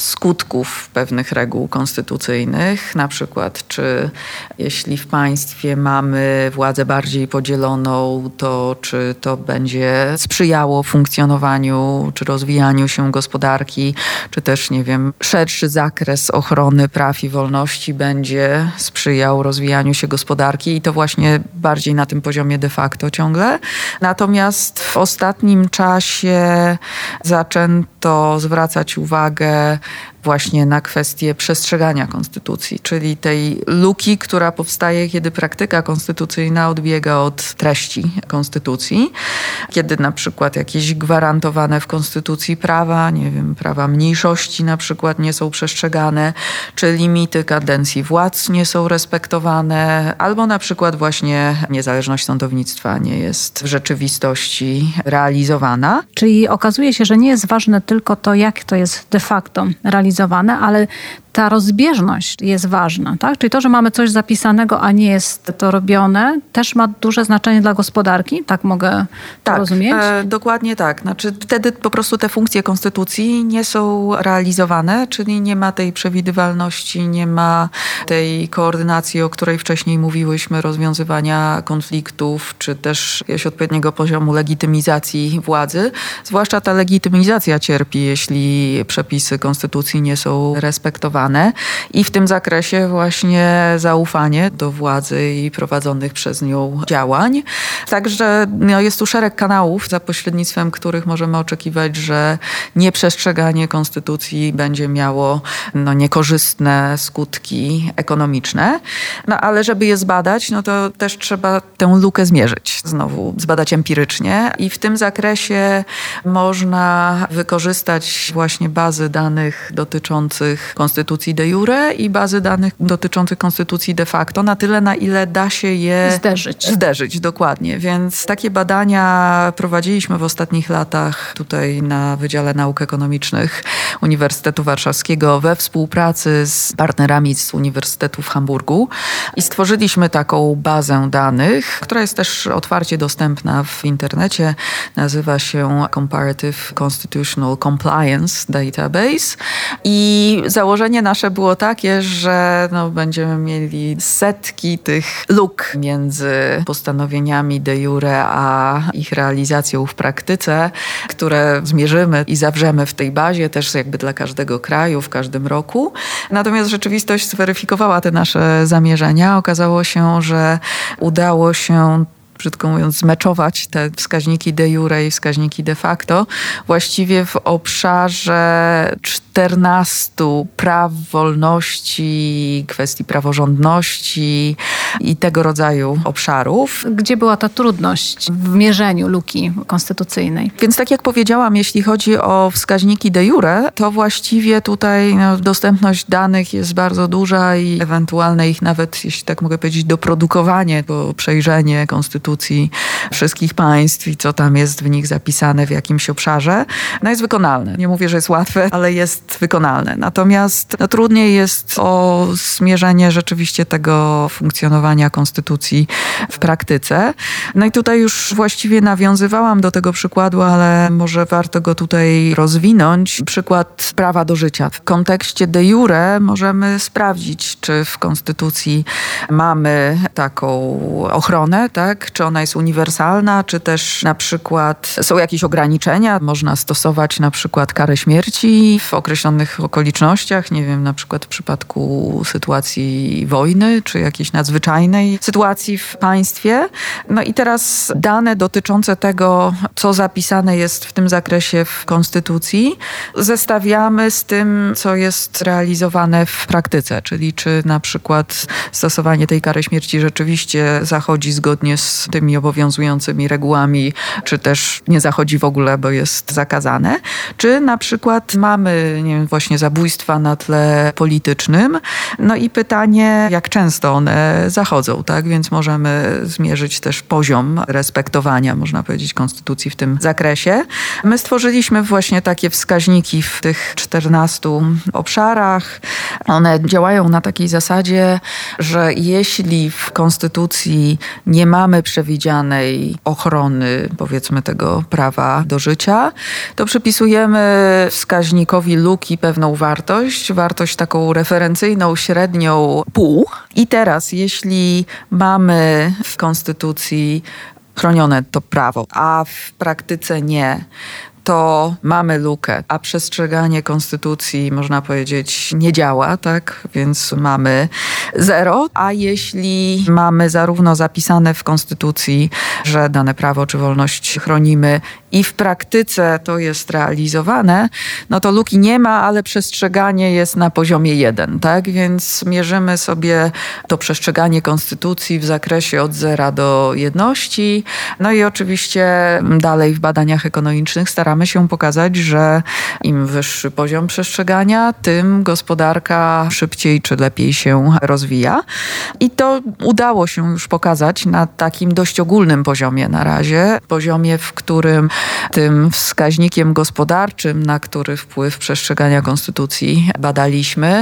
skutków pewnych reguł konstytucyjnych, na przykład czy jeśli w państwie mamy władzę bardziej podzieloną, to czy to będzie sprzyjało funkcjonowaniu czy rozwijaniu się gospodarki, czy też, nie wiem, szerszy zakres ochrony praw i wolności będzie sprzyjał rozwijaniu się gospodarki i to właśnie bardziej na tym poziomie de facto ciągle. Natomiast w ostatnim czasie zaczęto zwracać uwagę właśnie na kwestię przestrzegania konstytucji, czyli tej luki, która powstaje, kiedy praktyka konstytucyjna odbiega od treści konstytucji, kiedy na przykład jakieś gwarantowane w konstytucji prawa, nie wiem, prawa mniejszości na przykład nie są przestrzegane, czy limity kadencji władz nie są respektowane, albo na przykład właśnie niezależność sądownictwa nie jest w rzeczywistości realizowana. Czyli okazuje się, że nie jest ważne tylko to, jak to jest de facto realizowane, ale ta rozbieżność jest ważna, tak? Czyli to, że mamy coś zapisanego, a nie jest to robione, też ma duże znaczenie dla gospodarki? Tak mogę to rozumieć? Dokładnie tak. Znaczy wtedy po prostu te funkcje konstytucji nie są realizowane, czyli nie ma tej przewidywalności, nie ma tej koordynacji, o której wcześniej mówiłyśmy, rozwiązywania konfliktów, czy też jakiegoś odpowiedniego poziomu legitymizacji władzy. Zwłaszcza ta legitymizacja cierpi, jeśli przepisy konstytucji nie są respektowane. I w tym zakresie właśnie zaufanie do władzy i prowadzonych przez nią działań. Także jest tu szereg kanałów, za pośrednictwem których możemy oczekiwać, że nieprzestrzeganie konstytucji będzie miało niekorzystne skutki ekonomiczne. Ale żeby je zbadać, to też trzeba tę lukę zmierzyć. Znowu zbadać empirycznie i w tym zakresie można wykorzystać właśnie bazy danych dotyczących konstytucji de jure i bazy danych dotyczących konstytucji de facto na tyle, na ile da się je zderzyć. Dokładnie. Więc takie badania prowadziliśmy w ostatnich latach tutaj na Wydziale Nauk Ekonomicznych Uniwersytetu Warszawskiego we współpracy z partnerami z Uniwersytetu w Hamburgu i stworzyliśmy taką bazę danych, która jest też otwarcie dostępna w internecie. Nazywa się Comparative Constitutional Compliance Database i założenie nasze było takie, że będziemy mieli setki tych luk między postanowieniami de jure a ich realizacją w praktyce, które zmierzymy i zawrzemy w tej bazie też jakby dla każdego kraju w każdym roku. Natomiast rzeczywistość zweryfikowała te nasze zamierzenia. Okazało się, że udało się brzydko mówiąc, zmeczować te wskaźniki de jure i wskaźniki de facto, właściwie w obszarze 14 praw, wolności, kwestii praworządności i tego rodzaju obszarów. Gdzie była ta trudność w mierzeniu luki konstytucyjnej? Więc tak jak powiedziałam, jeśli chodzi o wskaźniki de jure, to właściwie tutaj dostępność danych jest bardzo duża i ewentualne ich nawet, jeśli tak mogę powiedzieć, doprodukowanie, bo przejrzenie konstytucji wszystkich państw i co tam jest w nich zapisane w jakimś obszarze, jest wykonalne. Nie mówię, że jest łatwe, ale jest wykonalne. Natomiast trudniej jest o zmierzenie rzeczywiście tego funkcjonowania konstytucji w praktyce. I tutaj już właściwie nawiązywałam do tego przykładu, ale może warto go tutaj rozwinąć. Przykład prawa do życia. W kontekście de jure możemy sprawdzić, czy w konstytucji mamy taką ochronę, tak? Czy ona jest uniwersalna, czy też na przykład są jakieś ograniczenia. Można stosować na przykład karę śmierci w określonych okolicznościach, nie wiem, na przykład w przypadku sytuacji wojny, czy jakiejś nadzwyczajnej sytuacji w państwie. I teraz dane dotyczące tego, co zapisane jest w tym zakresie w konstytucji, zestawiamy z tym, co jest realizowane w praktyce, czyli czy na przykład stosowanie tej kary śmierci rzeczywiście zachodzi zgodnie z tymi obowiązującymi regułami, czy też nie zachodzi w ogóle, bo jest zakazane. Czy na przykład mamy, nie wiem, właśnie zabójstwa na tle politycznym. I pytanie, jak często one zachodzą, tak? Więc możemy zmierzyć też poziom respektowania, można powiedzieć, konstytucji w tym zakresie. My stworzyliśmy właśnie takie wskaźniki w tych 14 obszarach. One działają na takiej zasadzie, że jeśli w konstytucji nie mamy przewidzianej ochrony, powiedzmy, tego prawa do życia, to przypisujemy wskaźnikowi luki pewną wartość taką referencyjną, średnią pół. I teraz, jeśli mamy w konstytucji chronione to prawo, a w praktyce nie, to mamy lukę, a przestrzeganie konstytucji, można powiedzieć, nie działa, tak? Więc mamy 0. A jeśli mamy zarówno zapisane w konstytucji, że dane prawo czy wolność chronimy i w praktyce to jest realizowane, to luki nie ma, ale przestrzeganie jest na poziomie 1, tak? Więc mierzymy sobie to przestrzeganie konstytucji w zakresie od 0 do 1. I oczywiście dalej w badaniach ekonomicznych staramy się pokazać, że im wyższy poziom przestrzegania, tym gospodarka szybciej czy lepiej się rozwija. I to udało się już pokazać na takim dość ogólnym poziomie na razie. Poziomie, w którym tym wskaźnikiem gospodarczym, na który wpływ przestrzegania konstytucji badaliśmy,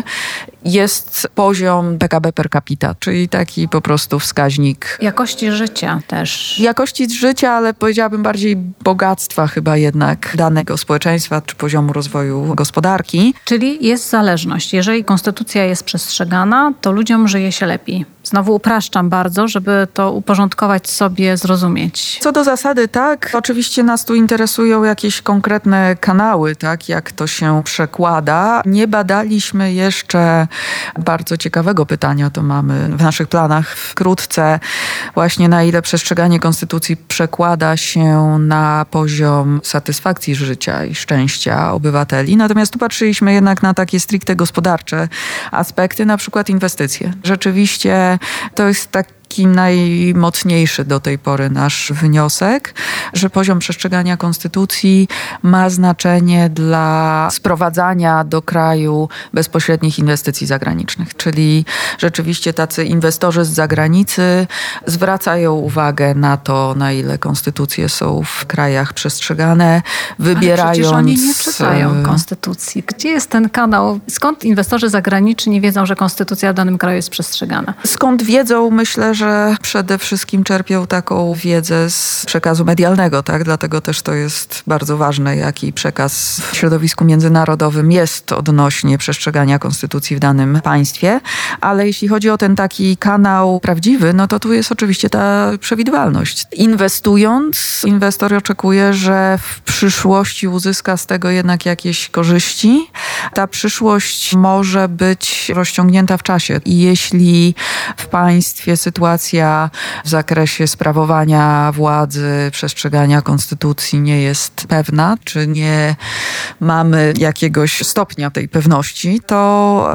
jest poziom PKB per capita, czyli taki po prostu wskaźnik jakości życia też. Jakości życia, ale powiedziałabym bardziej bogactwa chyba jednak danego społeczeństwa czy poziomu rozwoju gospodarki. Czyli jest zależność. Jeżeli konstytucja jest przestrzegana, to ludziom żyje się lepiej. Znowu upraszczam bardzo, żeby to uporządkować sobie, zrozumieć. Co do zasady tak. Oczywiście nas tu interesują jakieś konkretne kanały, tak, jak to się przekłada. Nie badaliśmy jeszcze bardzo ciekawego pytania, to mamy w naszych planach wkrótce, właśnie na ile przestrzeganie konstytucji przekłada się na poziom satysfakcji życia i szczęścia obywateli. Natomiast tu patrzyliśmy jednak na takie stricte gospodarcze aspekty, na przykład inwestycje. Rzeczywiście to jest taki najmocniejszy do tej pory nasz wniosek, że poziom przestrzegania konstytucji ma znaczenie dla sprowadzania do kraju bezpośrednich inwestycji zagranicznych. Czyli rzeczywiście tacy inwestorzy z zagranicy zwracają uwagę na to, na ile konstytucje są w krajach przestrzegane, wybierając... Ale przecież oni nie czytają konstytucji. Gdzie jest ten kanał? Skąd inwestorzy zagraniczni nie wiedzą, że konstytucja w danym kraju jest przestrzegana? Skąd wiedzą? Myślę, że przede wszystkim czerpią taką wiedzę z przekazu medialnego, tak? Dlatego też to jest bardzo ważne, jaki przekaz w środowisku międzynarodowym jest odnośnie przestrzegania konstytucji w danym państwie. Ale jeśli chodzi o ten taki kanał prawdziwy, to tu jest oczywiście ta przewidywalność. Inwestując, inwestor oczekuje, że w przyszłości uzyska z tego jednak jakieś korzyści. Ta przyszłość może być rozciągnięta w czasie. I jeśli w państwie sytuacja sytuacja w zakresie sprawowania władzy, przestrzegania konstytucji nie jest pewna, czy nie mamy jakiegoś stopnia tej pewności, to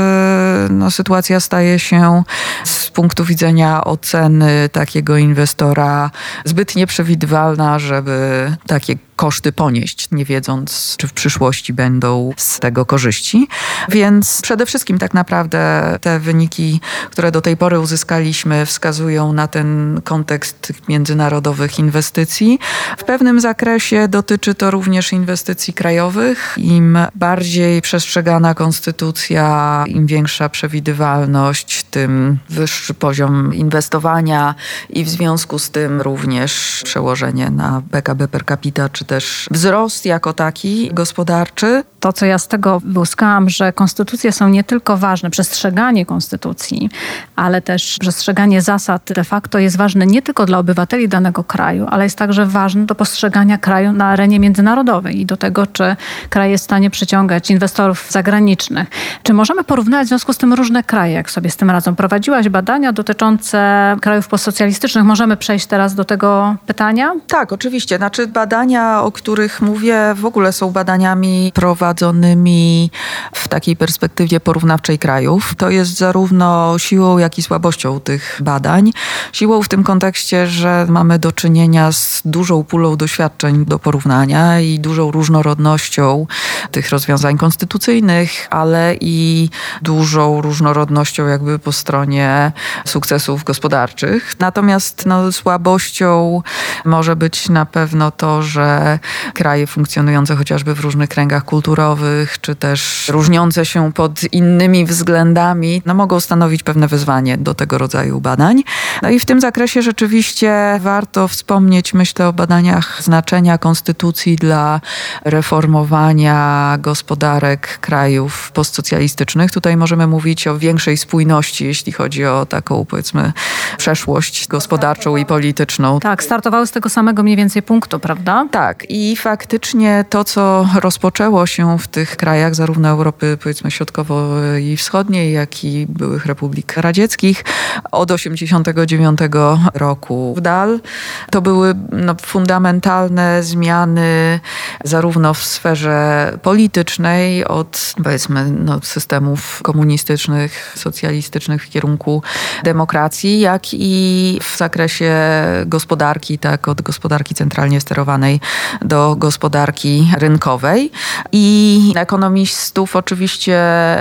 sytuacja staje się z punktu widzenia oceny takiego inwestora zbyt nieprzewidywalna, żeby takie koszty ponieść, nie wiedząc, czy w przyszłości będą z tego korzyści. Więc przede wszystkim tak naprawdę te wyniki, które do tej pory uzyskaliśmy, wskazują na ten kontekst międzynarodowych inwestycji. W pewnym zakresie dotyczy to również inwestycji krajowych. Im bardziej przestrzegana konstytucja, im większa przewidywalność, tym wyższy poziom inwestowania i w związku z tym również przełożenie na PKB per capita, czy też wzrost jako taki gospodarczy. To, co ja z tego wyłuskałam, że konstytucje są nie tylko ważne, przestrzeganie konstytucji, ale też przestrzeganie zasad de facto jest ważne nie tylko dla obywateli danego kraju, ale jest także ważne do postrzegania kraju na arenie międzynarodowej i do tego, czy kraj jest w stanie przyciągać inwestorów zagranicznych. Czy możemy porównać w związku z tym różne kraje, jak sobie z tym radzą? Prowadziłaś badania dotyczące krajów postsocjalistycznych. Możemy przejść teraz do tego pytania? Tak, oczywiście. Badania, o których mówię, w ogóle są badaniami prowadzonymi w takiej perspektywie porównawczej krajów. To jest zarówno siłą, jak i słabością tych badań. Siłą w tym kontekście, że mamy do czynienia z dużą pulą doświadczeń do porównania i dużą różnorodnością tych rozwiązań konstytucyjnych, ale i dużą różnorodnością jakby po stronie sukcesów gospodarczych. Natomiast słabością może być na pewno to, że kraje funkcjonujące chociażby w różnych kręgach kulturowych, czy też różniące się pod innymi względami, mogą stanowić pewne wyzwanie do tego rodzaju badań. I w tym zakresie rzeczywiście warto wspomnieć, myślę, o badaniach znaczenia konstytucji dla reformowania gospodarek krajów postsocjalistycznych. Tutaj możemy mówić o większej spójności, jeśli chodzi o taką, powiedzmy, przeszłość gospodarczą i polityczną. Tak, startowały z tego samego mniej więcej punktu, prawda? Tak, i faktycznie to, co rozpoczęło się w tych krajach, zarówno Europy, powiedzmy, środkowo i wschodniej, jak i byłych republik radzieckich, od 1989 roku w dal, to były fundamentalne zmiany zarówno w sferze politycznej, od, powiedzmy, systemów komunistycznych, socjalistycznych w kierunku demokracji, jak i w zakresie gospodarki, tak, od gospodarki centralnie sterowanej do gospodarki rynkowej. I ekonomistów oczywiście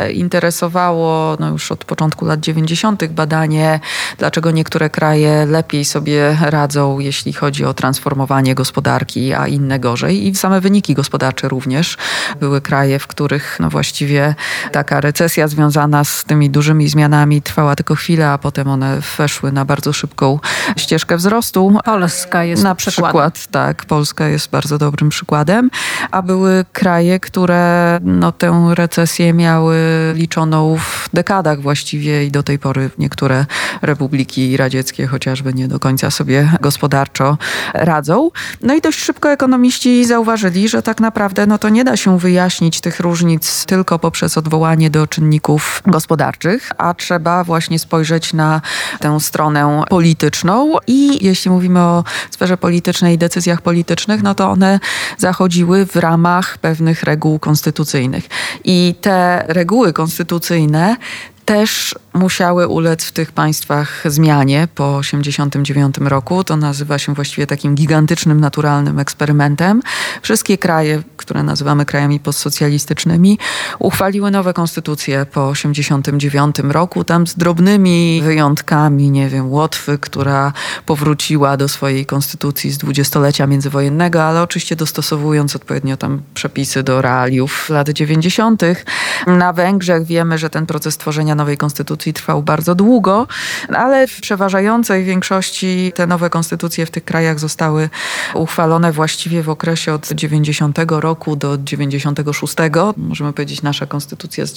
interesowało już od początku lat 90. badanie, dlaczego niektóre kraje lepiej sobie radzą, jeśli chodzi o transformowanie gospodarki, a inne gorzej. I same wyniki gospodarcze również. Były kraje, w których właściwie taka recesja związana z tymi dużymi zmianami trwała tylko chwilę, a potem one weszły na bardzo szybką ścieżkę wzrostu. Polska jest na przykład. Tak, Polska jest bardzo dobrym przykładem. A były kraje, które tę recesję miały liczoną w dekadach właściwie i do tej pory niektóre republiki radzieckie chociażby nie do końca sobie gospodarczo radzą. I dość szybko ekonomiści zauważyli, że tak naprawdę to nie da się wyjaśnić tych różnic tylko poprzez odwołanie do czynników gospodarczych, a trzeba właśnie spojrzeć na tę stronę polityczną i jeśli mówimy o sferze politycznej i decyzjach politycznych, to one zachodziły w ramach pewnych reguł konstytucyjnych. I te reguły konstytucyjne też musiały ulec w tych państwach zmianie po 1989 roku. To nazywa się właściwie takim gigantycznym, naturalnym eksperymentem. Wszystkie kraje, które nazywamy krajami postsocjalistycznymi, uchwaliły nowe konstytucje po 1989 roku. Tam z drobnymi wyjątkami, Łotwy, która powróciła do swojej konstytucji z dwudziestolecia międzywojennego, ale oczywiście dostosowując odpowiednio tam przepisy do realiów lat 90. Na Węgrzech wiemy, że ten proces tworzenia nowej konstytucji trwał bardzo długo, ale w przeważającej większości te nowe konstytucje w tych krajach zostały uchwalone właściwie w okresie od 90 roku do 96. Możemy powiedzieć, nasza konstytucja z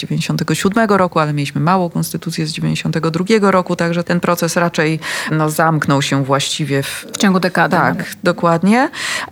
97 roku, ale mieliśmy małą konstytucję z 92 roku, także ten proces raczej zamknął się właściwie w ciągu dekady. Tak, dokładnie.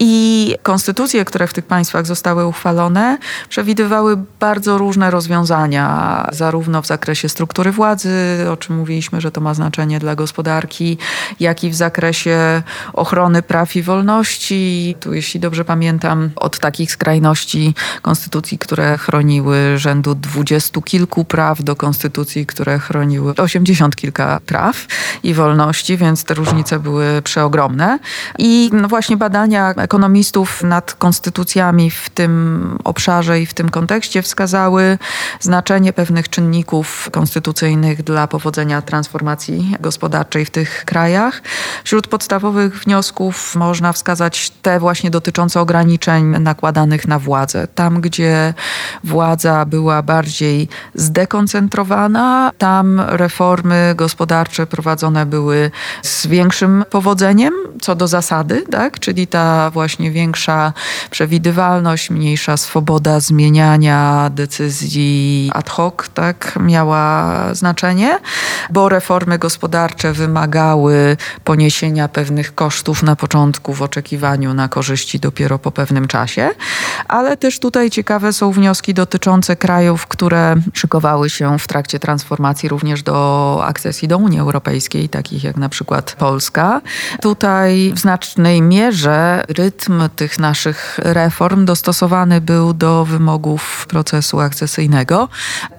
I konstytucje, które w tych państwach zostały uchwalone, przewidywały bardzo różne rozwiązania, zarówno w zakresie struktury władzy, o czym mówiliśmy, że to ma znaczenie dla gospodarki, jak i w zakresie ochrony praw i wolności. Tu, jeśli dobrze pamiętam, od takich skrajności konstytucji, które chroniły rzędu 20 kilku praw, do konstytucji, które chroniły 80 kilka praw i wolności, więc te różnice były przeogromne. I właśnie badania ekonomistów nad konstytucjami w tym obszarze i w tym kontekście wskazały znaczenie pewnych czynników konstytucyjnych dla powodzenia transformacji gospodarczej w tych krajach. Wśród podstawowych wniosków można wskazać te właśnie dotyczące ograniczeń nakładanych na władzę. Tam, gdzie władza była bardziej zdekoncentrowana, tam reformy gospodarcze prowadzone były z większym powodzeniem, co do zasady, tak? Czyli ta właśnie większa przewidywalność, mniejsza swoboda zmieniania decyzji ad hoc, tak? Miała znaczenie, bo reformy gospodarcze wymagały poniesienia pewnych kosztów na początku w oczekiwaniu na korzyści dopiero po pewnym czasie, ale też tutaj ciekawe są wnioski dotyczące krajów, które szykowały się w trakcie transformacji również do akcesji do Unii Europejskiej, takich jak na przykład Polska. Tutaj w znacznej mierze rytm tych naszych reform dostosowany był do wymogów procesu akcesyjnego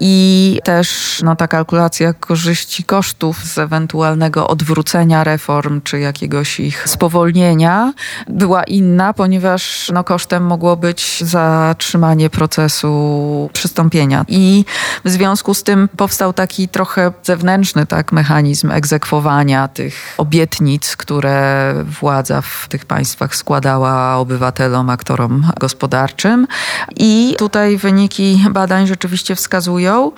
i też ta kalkulacja korzyści kosztów z ewentualnego odwrócenia reform czy jakiegoś ich spowolnienia była inna, ponieważ kosztem mogło być zatrzymanie procesu przystąpienia. I w związku z tym powstał taki trochę zewnętrzny mechanizm egzekwowania tych obietnic, które władza w tych państwach składała obywatelom, aktorom gospodarczym. I tutaj wyniki badań rzeczywiście wskazują,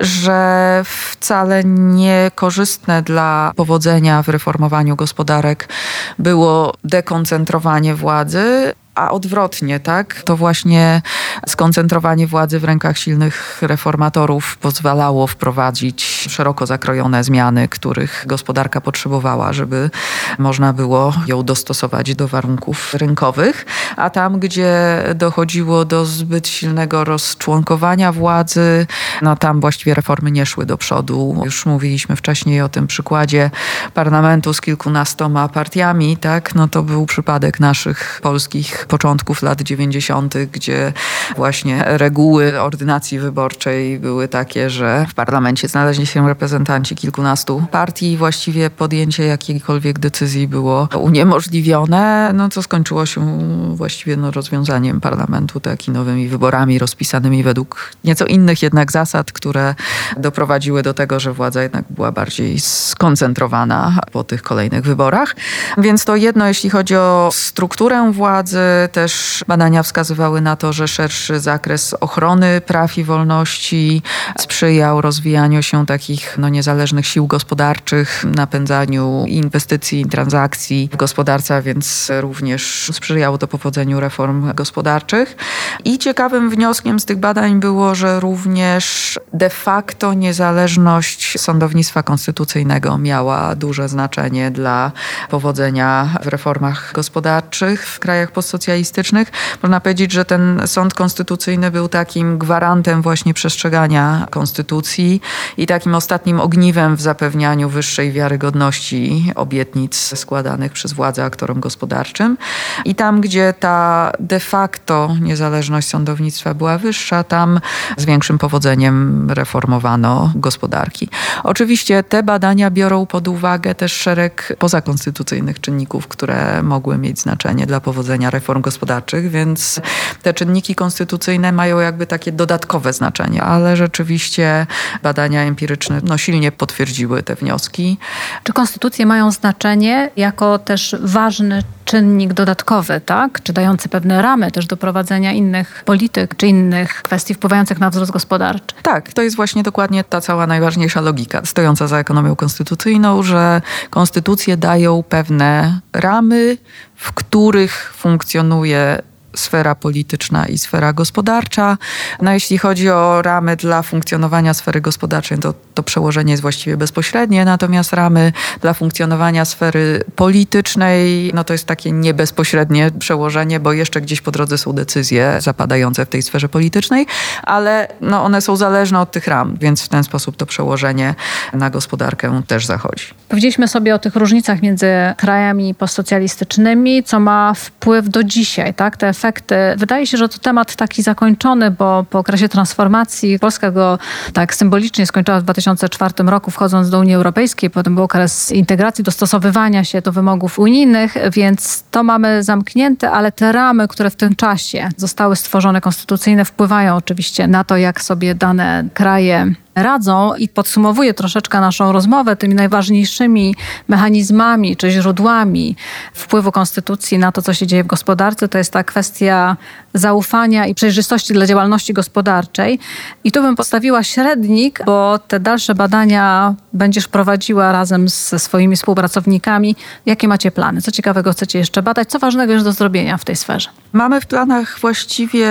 że wcale niekorzystne dla powodzenia w reformowaniu gospodarek było dekoncentrowanie władzy, a odwrotnie, tak? To właśnie skoncentrowanie władzy w rękach silnych reformatorów pozwalało wprowadzić szeroko zakrojone zmiany, których gospodarka potrzebowała, żeby można było ją dostosować do warunków rynkowych. A tam, gdzie dochodziło do zbyt silnego rozczłonkowania władzy, tam właściwie reformy nie szły do przodu. Już mówiliśmy wcześniej o tym przykładzie parlamentu z kilkunastoma partiami, tak? To był przypadek naszych polskich początków lat 90., gdzie właśnie reguły ordynacji wyborczej były takie, że w parlamencie znaleźli się reprezentanci kilkunastu partii i właściwie podjęcie jakiejkolwiek decyzji było uniemożliwione, co skończyło się właściwie rozwiązaniem parlamentu, tak i nowymi wyborami rozpisanymi według nieco innych jednak zasad, które doprowadziły do tego, że władza jednak była bardziej skoncentrowana po tych kolejnych wyborach. Więc to jedno, jeśli chodzi o strukturę władzy. Też badania wskazywały na to, że szerszy zakres ochrony praw i wolności sprzyjał rozwijaniu się takich niezależnych sił gospodarczych, napędzaniu inwestycji i transakcji w gospodarce, więc również sprzyjało to powodzeniu reform gospodarczych. I ciekawym wnioskiem z tych badań było, że również de facto niezależność sądownictwa konstytucyjnego miała duże znaczenie dla powodzenia w reformach gospodarczych w krajach postsocjalistycznych. Można powiedzieć, że ten sąd konstytucyjny był takim gwarantem właśnie przestrzegania konstytucji i takim ostatnim ogniwem w zapewnianiu wyższej wiarygodności obietnic składanych przez władzę aktorom gospodarczym. I tam, gdzie ta de facto niezależność sądownictwa była wyższa, tam z większym powodzeniem reformowano gospodarki. Oczywiście te badania biorą pod uwagę też szereg pozakonstytucyjnych czynników, które mogły mieć znaczenie dla powodzenia reform gospodarczych, więc te czynniki konstytucyjne mają jakby takie dodatkowe znaczenie, ale rzeczywiście badania empiryczne silnie potwierdziły te wnioski. Czy konstytucje mają znaczenie jako też ważny czynnik dodatkowy, tak? Czy dający pewne ramy też do prowadzenia innych polityk, czy innych kwestii wpływających na wzrost gospodarczy? Tak, to jest właśnie dokładnie ta cała najważniejsza logika stojąca za ekonomią konstytucyjną, że konstytucje dają pewne ramy, w których funkcjonuje sfera polityczna i sfera gospodarcza. No jeśli chodzi o ramy dla funkcjonowania sfery gospodarczej, to przełożenie jest właściwie bezpośrednie, natomiast ramy dla funkcjonowania sfery politycznej, no to jest takie niebezpośrednie przełożenie, bo jeszcze gdzieś po drodze są decyzje zapadające w tej sferze politycznej, ale one są zależne od tych ram, więc w ten sposób to przełożenie na gospodarkę też zachodzi. Powiedzieliśmy sobie o tych różnicach między krajami postsocjalistycznymi, co ma wpływ do dzisiaj, tak? Te efekty. Wydaje się, że to temat taki zakończony, bo po okresie transformacji Polska go tak symbolicznie skończyła w 2004 roku, wchodząc do Unii Europejskiej. Potem był okres integracji, dostosowywania się do wymogów unijnych, więc to mamy zamknięte, ale te ramy, które w tym czasie zostały stworzone konstytucyjne, wpływają oczywiście na to, jak sobie dane kraje radzą i podsumowuję troszeczkę naszą rozmowę tymi najważniejszymi mechanizmami czy źródłami wpływu konstytucji na to, co się dzieje w gospodarce. To jest ta kwestia zaufania i przejrzystości dla działalności gospodarczej. I tu bym postawiła średnik, bo te dalsze badania będziesz prowadziła razem ze swoimi współpracownikami. Jakie macie plany? Co ciekawego chcecie jeszcze badać? Co ważnego jest do zrobienia w tej sferze? Mamy w planach właściwie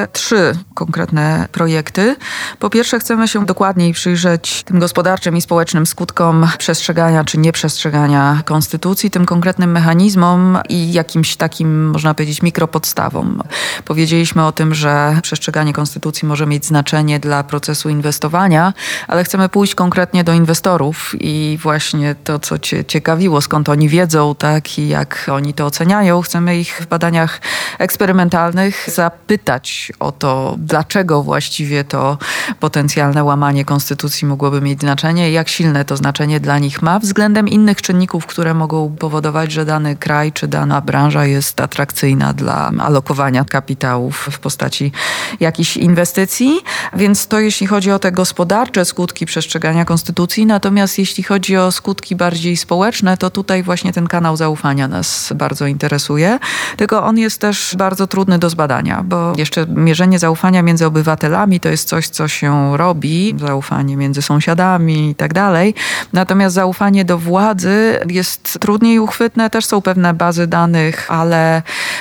3 konkretne projekty. Po pierwsze, chcemy się dokładniej przyjrzeć tym gospodarczym i społecznym skutkom przestrzegania czy nieprzestrzegania konstytucji, tym konkretnym mechanizmom i jakimś takim, można powiedzieć, mikropodstawom. Powiedzieliśmy o tym, że przestrzeganie konstytucji może mieć znaczenie dla procesu inwestowania, ale chcemy pójść konkretnie do inwestorów i właśnie to, co Cię ciekawiło, skąd oni wiedzą, tak, i jak oni to oceniają. Chcemy ich w badaniach eksperymentalnych zapytać o to, dlaczego właściwie to potencjalne łamanie konstytucji mogłoby mieć znaczenie i jak silne to znaczenie dla nich ma względem innych czynników, które mogą powodować, że dany kraj czy dana branża jest atrakcyjna dla alokowania kapitałów w postaci jakichś inwestycji. Więc to jeśli chodzi o te gospodarcze skutki przestrzegania konstytucji, natomiast jeśli chodzi o skutki bardziej społeczne, to tutaj właśnie ten kanał zaufania nas bardzo interesuje. Tylko on jest też bardzo trudny do zbadania, bo jeszcze mierzenie zaufania między obywatelami to jest coś, co się robi, zaufanie między sąsiadami i tak dalej. Natomiast zaufanie do władzy jest trudniej uchwytne. Też są pewne bazy danych, ale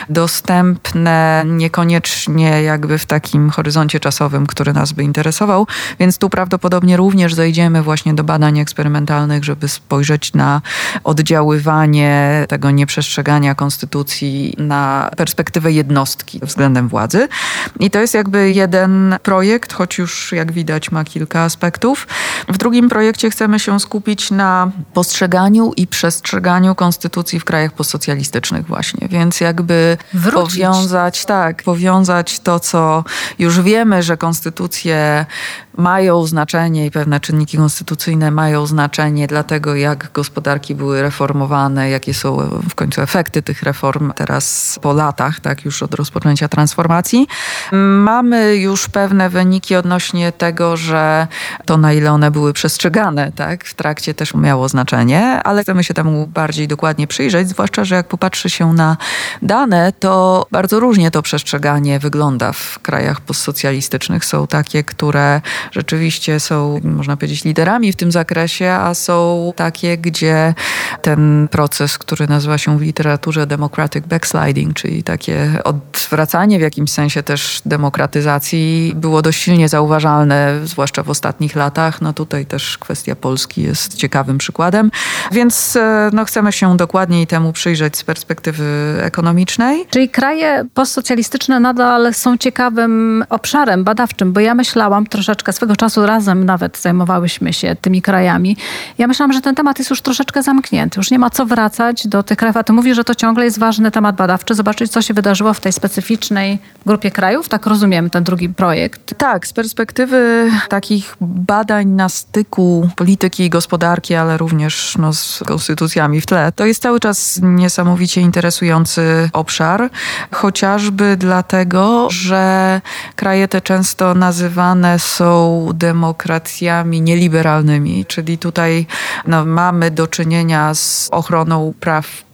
dostępne niekoniecznie jakby w takim horyzoncie czasowym, który nas by interesował. Więc tu prawdopodobnie również zejdziemy właśnie do badań eksperymentalnych, żeby spojrzeć na oddziaływanie tego nieprzestrzegania konstytucji na perspektywę jednostki względem władzy. I to jest jakby jeden projekt, choć już jak widać ma kilka aspektów. W drugim projekcie chcemy się skupić na postrzeganiu i przestrzeganiu konstytucji w krajach postsocjalistycznych właśnie. Więc jakby powiązać to, co już wiemy, że konstytucje mają znaczenie i pewne czynniki konstytucyjne mają znaczenie dla tego, jak gospodarki były reformowane, jakie są w końcu efekty tych reform teraz po latach, tak, już od rozpoczęcia transformacji. Mamy już pewne wyniki odnośnie tego, że to, na ile one były przestrzegane, tak, w trakcie też miało znaczenie, ale chcemy się temu bardziej dokładnie przyjrzeć, zwłaszcza, że jak popatrzy się na dane, to bardzo różnie to przestrzeganie wygląda w krajach postsocjalistycznych. Są takie, które rzeczywiście są, można powiedzieć, liderami w tym zakresie, a są takie, gdzie ten proces, który nazywa się w literaturze democratic backsliding, czyli takie odwracanie w jakimś sensie też demokratyzacji, było dość silnie zauważalne, zwłaszcza w ostatnich latach. No tutaj też kwestia Polski jest ciekawym przykładem. Więc chcemy się dokładniej temu przyjrzeć z perspektywy ekonomicznej. Czyli kraje postsocjalistyczne nadal są ciekawym obszarem badawczym, bo ja myślałam troszeczkę, swego czasu razem nawet zajmowałyśmy się tymi krajami. Ja myślałam, że ten temat jest już troszeczkę zamknięty. Już nie ma co wracać do tych krajów. A ty mówisz, że to ciągle jest ważny temat badawczy. Zobaczyć, co się wydarzyło w tej specyficznej grupie krajów. Tak rozumiem ten drugi projekt. Tak, z perspektywy takich badań na styku polityki i gospodarki, ale również z konstytucjami w tle, to jest cały czas niesamowicie interesujący obszar. Chociażby dlatego, że kraje te często nazywane są demokracjami nieliberalnymi, czyli tutaj mamy do czynienia z ochroną praw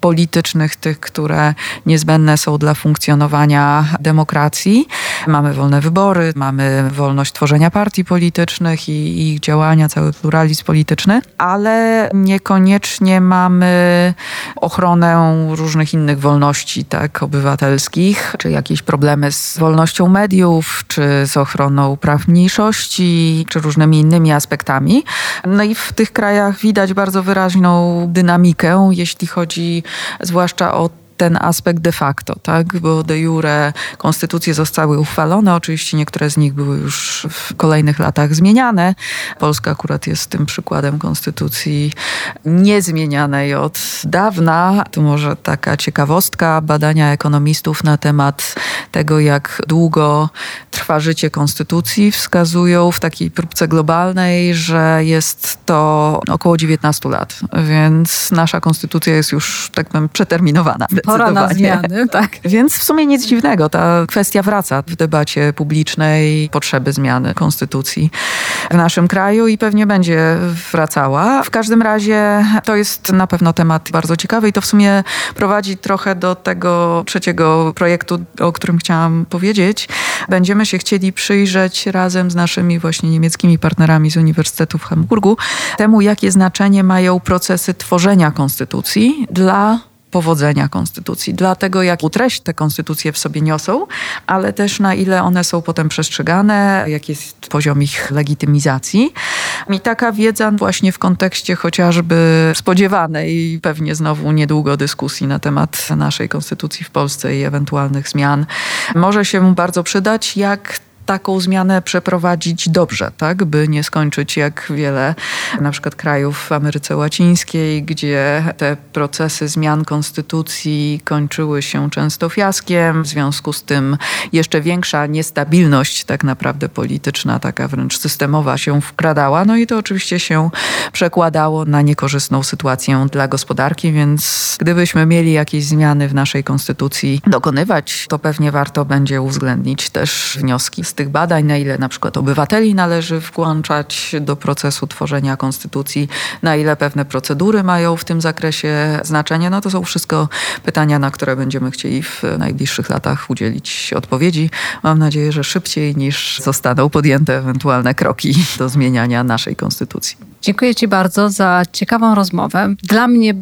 politycznych, tych, które niezbędne są dla funkcjonowania demokracji. Mamy wolne wybory, mamy wolność tworzenia partii politycznych i ich działania, cały pluralizm polityczny, ale niekoniecznie mamy ochronę różnych innych wolności, tak, obywatelskich, czy jakieś problemy z wolnością mediów, czy z ochroną praw mniejszości, czy różnymi innymi aspektami. No i w tych krajach widać bardzo wyraźną dynamikę, jeśli chodzi zwłaszcza o ten aspekt de facto, tak? Bo de jure konstytucje zostały uchwalone. Oczywiście niektóre z nich były już w kolejnych latach zmieniane. Polska akurat jest tym przykładem konstytucji niezmienianej od dawna. Tu może taka ciekawostka, badania ekonomistów na temat tego, jak długo trwa życie konstytucji, wskazują w takiej próbce globalnej, że jest to około 19 lat. Więc nasza konstytucja jest już, tak powiem, przeterminowana. Pora na zmiany, tak. Więc w sumie nic dziwnego. Ta kwestia wraca w debacie publicznej, potrzeby zmiany konstytucji w naszym kraju i pewnie będzie wracała. W każdym razie to jest na pewno temat bardzo ciekawy i to w sumie prowadzi trochę do tego trzeciego projektu, o którym chciałam powiedzieć. Będziemy się chcieli przyjrzeć razem z naszymi właśnie niemieckimi partnerami z Uniwersytetu w Hamburgu temu, jakie znaczenie mają procesy tworzenia konstytucji dla powodzenia konstytucji, dlatego jaką treść te konstytucje w sobie niosą, ale też na ile one są potem przestrzegane, jaki jest poziom ich legitymizacji. I taka wiedza właśnie w kontekście chociażby spodziewanej pewnie znowu niedługo dyskusji na temat naszej konstytucji w Polsce i ewentualnych zmian może się bardzo przydać, jak taką zmianę przeprowadzić dobrze, tak, by nie skończyć jak wiele na przykład krajów w Ameryce Łacińskiej, gdzie te procesy zmian konstytucji kończyły się często fiaskiem, w związku z tym jeszcze większa niestabilność tak naprawdę polityczna, taka wręcz systemowa się wkradała, no i to oczywiście się przekładało na niekorzystną sytuację dla gospodarki, więc gdybyśmy mieli jakieś zmiany w naszej konstytucji dokonywać, to pewnie warto będzie uwzględnić też wnioski z tych badań, na ile na przykład obywateli należy włączać do procesu tworzenia konstytucji, na ile pewne procedury mają w tym zakresie znaczenie. No to są wszystko pytania, na które będziemy chcieli w najbliższych latach udzielić odpowiedzi. Mam nadzieję, że szybciej niż zostaną podjęte ewentualne kroki do zmieniania naszej konstytucji. Dziękuję Ci bardzo za ciekawą rozmowę. Dla mnie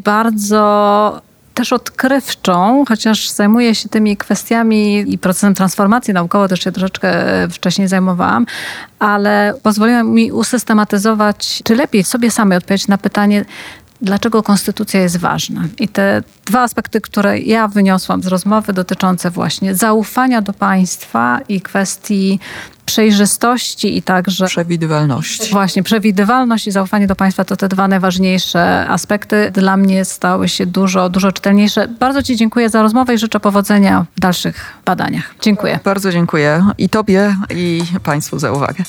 bardzo też odkrywczą, chociaż zajmuję się tymi kwestiami i procesem transformacji naukowo, też się troszeczkę wcześniej zajmowałam, ale pozwoliła mi usystematyzować, czy lepiej sobie samej odpowiedzieć na pytanie, dlaczego konstytucja jest ważna. I te dwa aspekty, które ja wyniosłam z rozmowy dotyczące właśnie zaufania do państwa i kwestii przejrzystości i także przewidywalności. Właśnie, przewidywalność i zaufanie do państwa to te dwa najważniejsze aspekty. Dla mnie stały się dużo czytelniejsze. Bardzo Ci dziękuję za rozmowę i życzę powodzenia w dalszych badaniach. Dziękuję. Bardzo dziękuję i Tobie, i Państwu za uwagę.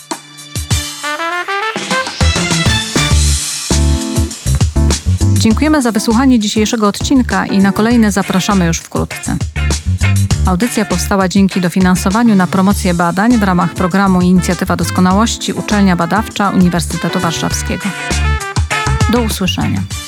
Dziękujemy za wysłuchanie dzisiejszego odcinka i na kolejne zapraszamy już wkrótce. Audycja powstała dzięki dofinansowaniu na promocję badań w ramach programu Inicjatywa Doskonałości Uczelnia Badawcza Uniwersytetu Warszawskiego. Do usłyszenia.